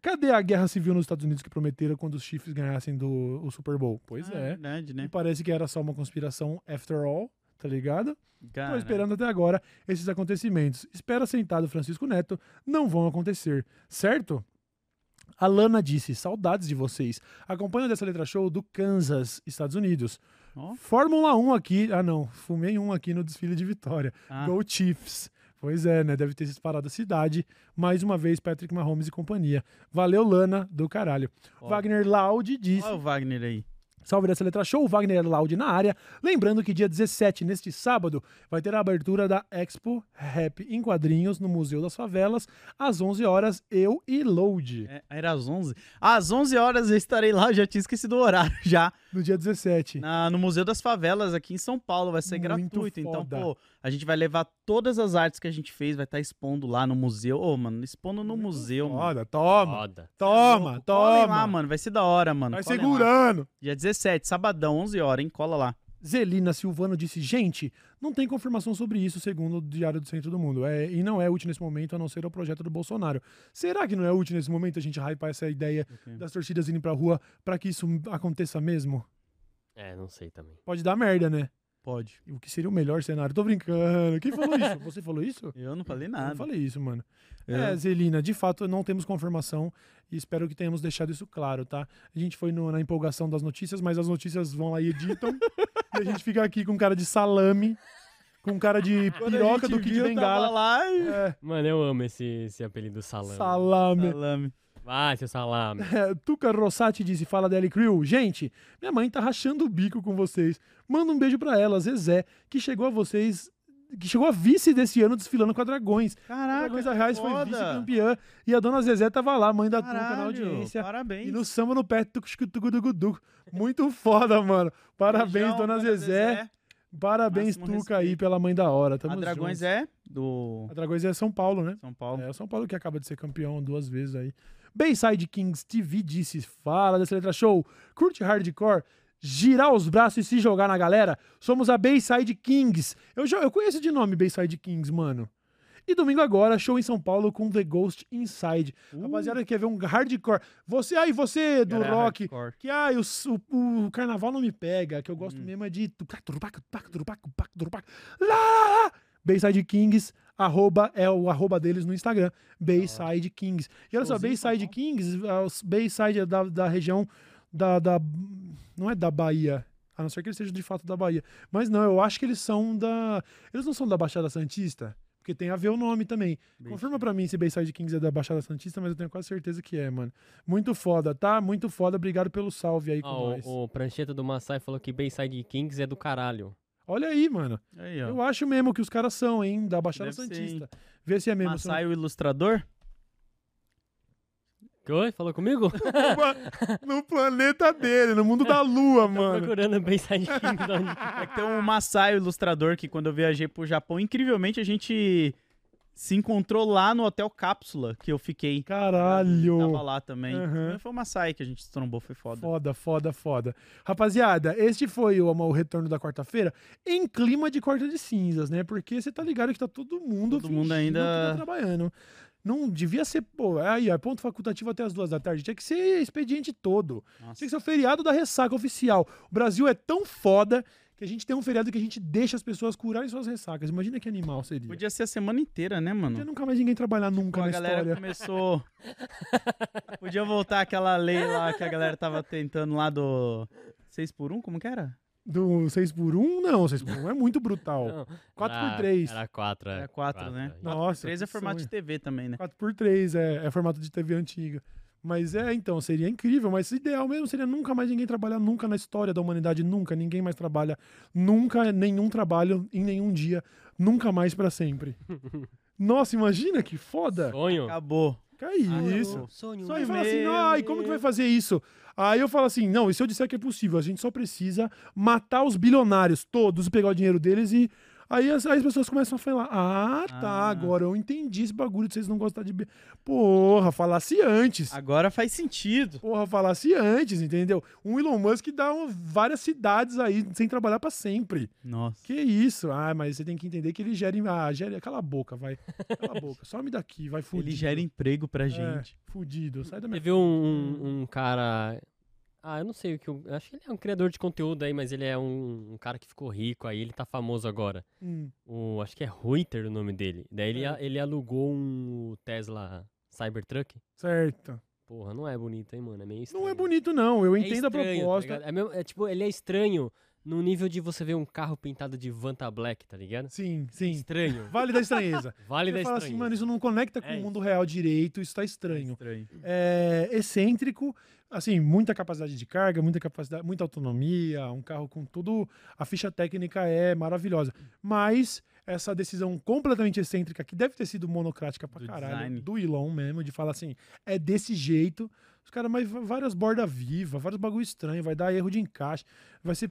Cadê a guerra civil nos Estados Unidos que prometeram quando os Chiefs ganhassem o Super Bowl? Pois é. Verdade, né? E parece que era só uma conspiração after all, tá ligado? Tô Cara, esperando até agora esses acontecimentos. Espera sentado Francisco Neto, não vão acontecer, certo? A Lana disse, saudades de vocês. Acompanho dessa letra show do Kansas, Estados Unidos. Ó. Fórmula 1 aqui. Ah, não. Fumei um aqui no desfile de Vitória. Go Chiefs. Pois é, né? Deve ter se disparado a cidade. Mais uma vez, Patrick Mahomes e companhia. Valeu, Lana, do caralho. Ó. Wagner Loud disse... Olha o Wagner aí. Salve dessa letra show, Wagner Loud na área. Lembrando que dia 17, neste sábado, vai ter a abertura da Expo Rap em quadrinhos no Museu das Favelas, às 11 horas, eu e Load. Era às 11? Às 11 horas eu estarei lá, eu já tinha esquecido o horário já. No dia 17. No Museu das Favelas, aqui em São Paulo, vai ser Muito gratuito. Então, foda. pô, a gente vai levar todas as artes que a gente fez, vai estar expondo lá no museu. Ô, mano, expondo no museu, mano. Foda, toma. Foda. Toma, Colem lá, toma. mano, vai ser da hora, mano. Vai Colem lá. segurando. Dia 17, sabadão, 11 horas, hein? Cola lá. Zelina Silvano disse, gente, não tem confirmação sobre isso, segundo o Diário do Centro do Mundo. E não é útil nesse momento, a não ser o projeto do Bolsonaro. Será que não é útil nesse momento a gente hypar essa ideia das torcidas irem pra rua pra que isso aconteça mesmo? Não sei também. Pode dar merda, né? Pode. O que seria o melhor cenário? Tô brincando. Quem falou isso? Você falou isso? Eu não falei Eu nada. não falei isso, mano. Eu- Zelina, de fato não temos confirmação e espero que tenhamos deixado isso claro, tá? A gente foi na empolgação das notícias, mas as notícias vão lá e editam e a gente fica aqui com cara de salame, com cara de piroca do Kid Bengala. Lá e... Mano, eu amo esse apelido salame. Salame. Salame. Vai, seu salame. Tuca Rossati disse, fala Deli Crew. Gente, minha mãe tá rachando o bico com vocês. Manda um beijo pra ela, Zezé, que chegou a vice desse ano desfilando com a Dragões. Caraca, A Dragões da Reais foi foda. vice-campeã e a dona Zezé tava lá, mãe da Tuca na Caralho, audiência. Parabéns. E no samba no pé, tucudugudugudu. Muito foda, mano. Parabéns, Beijão, dona Zezé. Parabéns, Máximo Tuca, aí, respeito. pela mãe da hora. A Tamo Dragões juntos. é do A Dragões é São Paulo, né? São Paulo. É o São Paulo que acaba de ser campeão 2 vezes aí. Bayside Kings TV disse, fala dessa letra show. Curte hardcore? Girar os braços e se jogar na galera? Somos a Bayside Kings. Eu conheço de nome Bayside Kings, mano. E domingo agora, show em São Paulo com The Ghost Inside. Rapaziada, quer ver um hardcore? Você do Galera rock, hardcore. que o carnaval não me pega, que eu gosto mesmo é de... Bayside Kings, é o arroba deles no Instagram, Bayside Kings. E olha só, Showzinho em São Bayside Kings, os Bayside é da região não é da Bahia, a não ser que eles sejam de fato da Bahia. Mas não, eu acho que eles são eles não são da Baixada Santista? Porque tem a ver o nome também. Confirma pra mim se Bayside Kings é da Baixada Santista, mas eu tenho quase certeza que é, mano. Muito foda, tá? Muito foda. Obrigado pelo salve aí com nós. O Prancheta do Massai falou que Bayside Kings é do caralho. Olha aí, mano. Aí, ó. Eu acho mesmo que os caras são, hein? Da Baixada Deve ser, Santista. Vê se é mesmo. Massai, o ilustrador? Oi? Falou comigo? No planeta dele, no mundo da lua, Tô mano. procurando Bayside Kings. de onde- É que tem um Massai, o ilustrador, que quando eu viajei pro Japão, incrivelmente a gente se encontrou lá no Hotel Cápsula, que eu fiquei. Caralho. Tava lá também. Uhum. Foi o Massai que a gente se trombou, foi foda. Foda, foda, foda. Rapaziada, este foi o retorno da quarta-feira em clima de quarta de cinzas, né? Porque você tá ligado que tá todo mundo Todo mundo fingindo ainda- que tá trabalhando. Não devia ser, pô, aí, é ponto facultativo até as 2 da tarde. Tinha que ser expediente todo. Nossa. Tinha que ser o feriado da ressaca oficial. O Brasil é tão foda que a gente tem um feriado que a gente deixa as pessoas curarem suas ressacas. Imagina que animal seria. Podia ser a semana inteira, né, mano? Podia nunca mais ninguém trabalhar nunca A na galera história. começou. Podia voltar aquela lei lá que a galera tava tentando lá do 6x1, como que era? Do 6x1? Não, 6x1 é muito brutal. Não, 4x3. Era 4, Era 4, né? Nossa, 3 é que formato sonho. de TV também, né? 4x3 é formato de TV antiga. Mas então, seria incrível, mas o ideal mesmo seria nunca mais ninguém trabalhar nunca na história da humanidade, nunca, ninguém mais trabalha, nunca, nenhum trabalho, em nenhum dia, nunca mais pra sempre. Nossa, imagina que foda! Sonho. Acabou. Que é isso? Sonho. Só aí fala assim, ai, como que vai fazer isso? Aí eu falo assim, não, e se eu disser que é possível, a gente só precisa matar os bilionários todos, pegar o dinheiro deles e Aí as pessoas começam a falar, tá, agora eu entendi esse bagulho de vocês não gostar de... Porra, falasse antes. Agora faz sentido. Porra, falasse antes, entendeu? Um Elon Musk dá várias cidades aí sem trabalhar pra sempre. Nossa. Que isso? Mas você tem que entender que ele gera... Cala a boca, vai. Cala a boca. Some daqui, vai fudido. Ele gera emprego pra gente. Fudido. Sai da minha... Teve um cara... eu não sei o que... Eu acho que ele é um criador de conteúdo aí, mas ele é um cara que ficou rico aí, ele tá famoso agora. Acho que é Reuter o nome dele. Daí ele alugou um Tesla Cybertruck. Certo. Porra, não é bonito, hein, mano? É meio estranho. Não é bonito, não. Eu entendo estranho, a proposta. Tá tipo, ele é estranho no nível de você ver um carro pintado de Vanta Black, tá ligado? Sim. Estranho. Vale da estranheza. Vale da Você fala estranheza. assim, mano, isso não conecta com o mundo real direito, isso tá estranho. Estranho. É excêntrico, assim, muita capacidade de carga, muita autonomia, um carro com tudo, a ficha técnica é maravilhosa. Mas essa decisão completamente excêntrica, que deve ter sido monocrática pra caralho, design. do Elon mesmo, de falar assim, é desse jeito, os caras, mas várias bordas vivas, vários bagulho estranho, vai dar erro de encaixe, vai ser...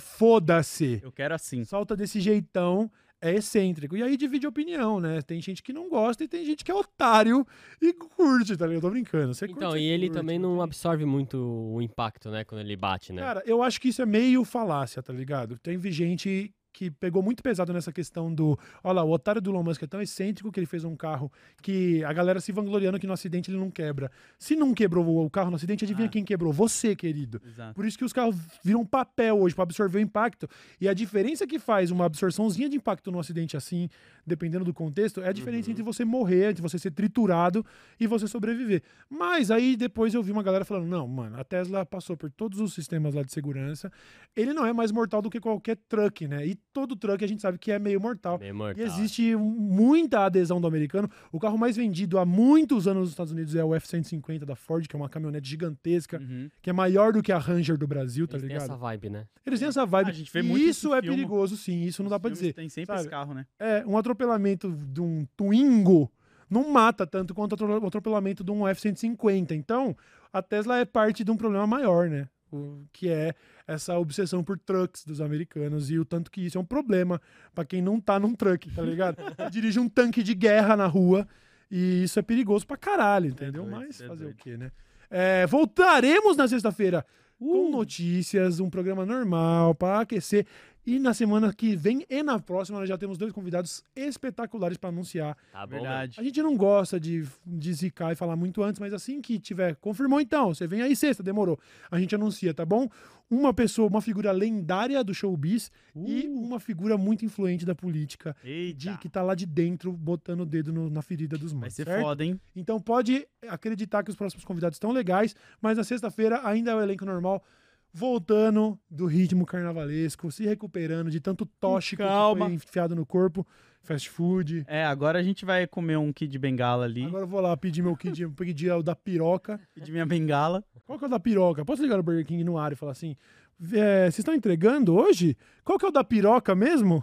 foda-se! Eu quero assim. Solta desse jeitão, é excêntrico. E aí divide opinião, né? Tem gente que não gosta e tem gente que é otário e curte, tá ligado? Eu tô brincando. Você curte, Então, você e ele curte, também não tem- absorve muito o impacto, né? Quando ele bate, né? Cara, eu acho que isso é meio falácia, tá ligado? Tem gente que pegou muito pesado nessa questão do... Olha lá, o otário do Elon Musk é tão excêntrico que ele fez um carro que a galera se vangloriando que no acidente ele não quebra. Se não quebrou o carro no acidente, adivinha quem quebrou? Você, querido. Exato. Por isso que os carros viram papel hoje para absorver o impacto. E a diferença que faz uma absorçãozinha de impacto num acidente assim, dependendo do contexto, é a diferença entre você morrer, entre você ser triturado e você sobreviver. Mas aí depois eu vi uma galera falando, não, mano, a Tesla passou por todos os sistemas lá de segurança, ele não é mais mortal do que qualquer truck, né? E todo truck a gente sabe que é meio mortal. Meio mortal. E existe muita adesão do americano. O carro mais vendido há muitos anos nos Estados Unidos é o F-150 da Ford, que é uma caminhonete gigantesca, que é maior do que a Ranger do Brasil, tá Eles têm ligado? essa vibe, né? Eles têm essa vibe. A gente vê E muito isso esse é filme. perigoso, sim. Isso não dá pra dizer. Tem sempre sabe? esse carro, né? Um atropelamento de um Twingo não mata tanto quanto o atropelamento de um F-150. Então, a Tesla é parte de um problema maior, né? Que é essa obsessão por trucks dos americanos e o tanto que isso é um problema pra quem não tá num truck, tá ligado? Você dirige um tanque de guerra na rua e isso é perigoso pra caralho, entendeu? doido, Mas é fazer doido. o quê, né? Voltaremos na sexta-feira com notícias, um programa normal pra aquecer. E na semana que vem e na próxima nós já temos 2 convidados espetaculares pra anunciar. Tá bom, Verdade. A gente não gosta de zicar e falar muito antes, mas assim que tiver, confirmou então, você vem aí sexta, demorou. A gente anuncia, tá bom? Uma pessoa, uma figura lendária do showbiz e uma figura muito influente da política, Eita. que tá lá de dentro, botando o dedo na ferida dos Vai manos, ser certo? foda, hein? Então pode acreditar que os próximos convidados estão legais, mas na sexta-feira ainda é o elenco normal, voltando do ritmo carnavalesco, se recuperando de tanto tóxico que calma. foi enfiado no corpo, fast food. Agora a gente vai comer um kit de bengala ali. Agora eu vou lá pedir meu kit, pedir o da piroca. Pedir minha bengala. Qual que é o da piroca? Posso ligar no Burger King no ar e falar assim, vocês estão entregando hoje? Qual que é o da piroca mesmo?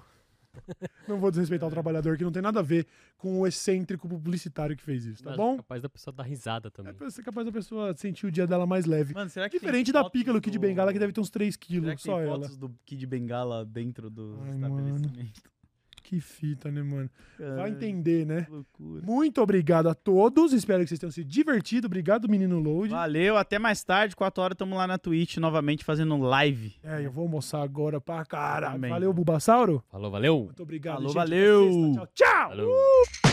Não vou desrespeitar o trabalhador, que não tem nada a ver com o excêntrico publicitário que fez isso, tá Mas bom? é capaz da pessoa dar risada também. É pra ser capaz da pessoa sentir o dia dela mais leve. Mano, será que Diferente tem da fotos pica do Kid Bengala, que deve ter uns 3 Será quilos, que só tem ela. fotos do kit bengala dentro do Ai, estabelecimento? Que fita, né, mano? Vai Caralho, entender, né? que loucura. Muito obrigado a todos. Espero que vocês tenham se divertido. Obrigado, menino Load. Valeu, até mais tarde, 4 horas, tamo lá na Twitch novamente fazendo live. Eu vou almoçar agora pra caralho. Também. Valeu, Bulbasauro. Falou, valeu! Muito obrigado, Falou, gente. valeu. Até sexta. Tchau, tchau. Falou!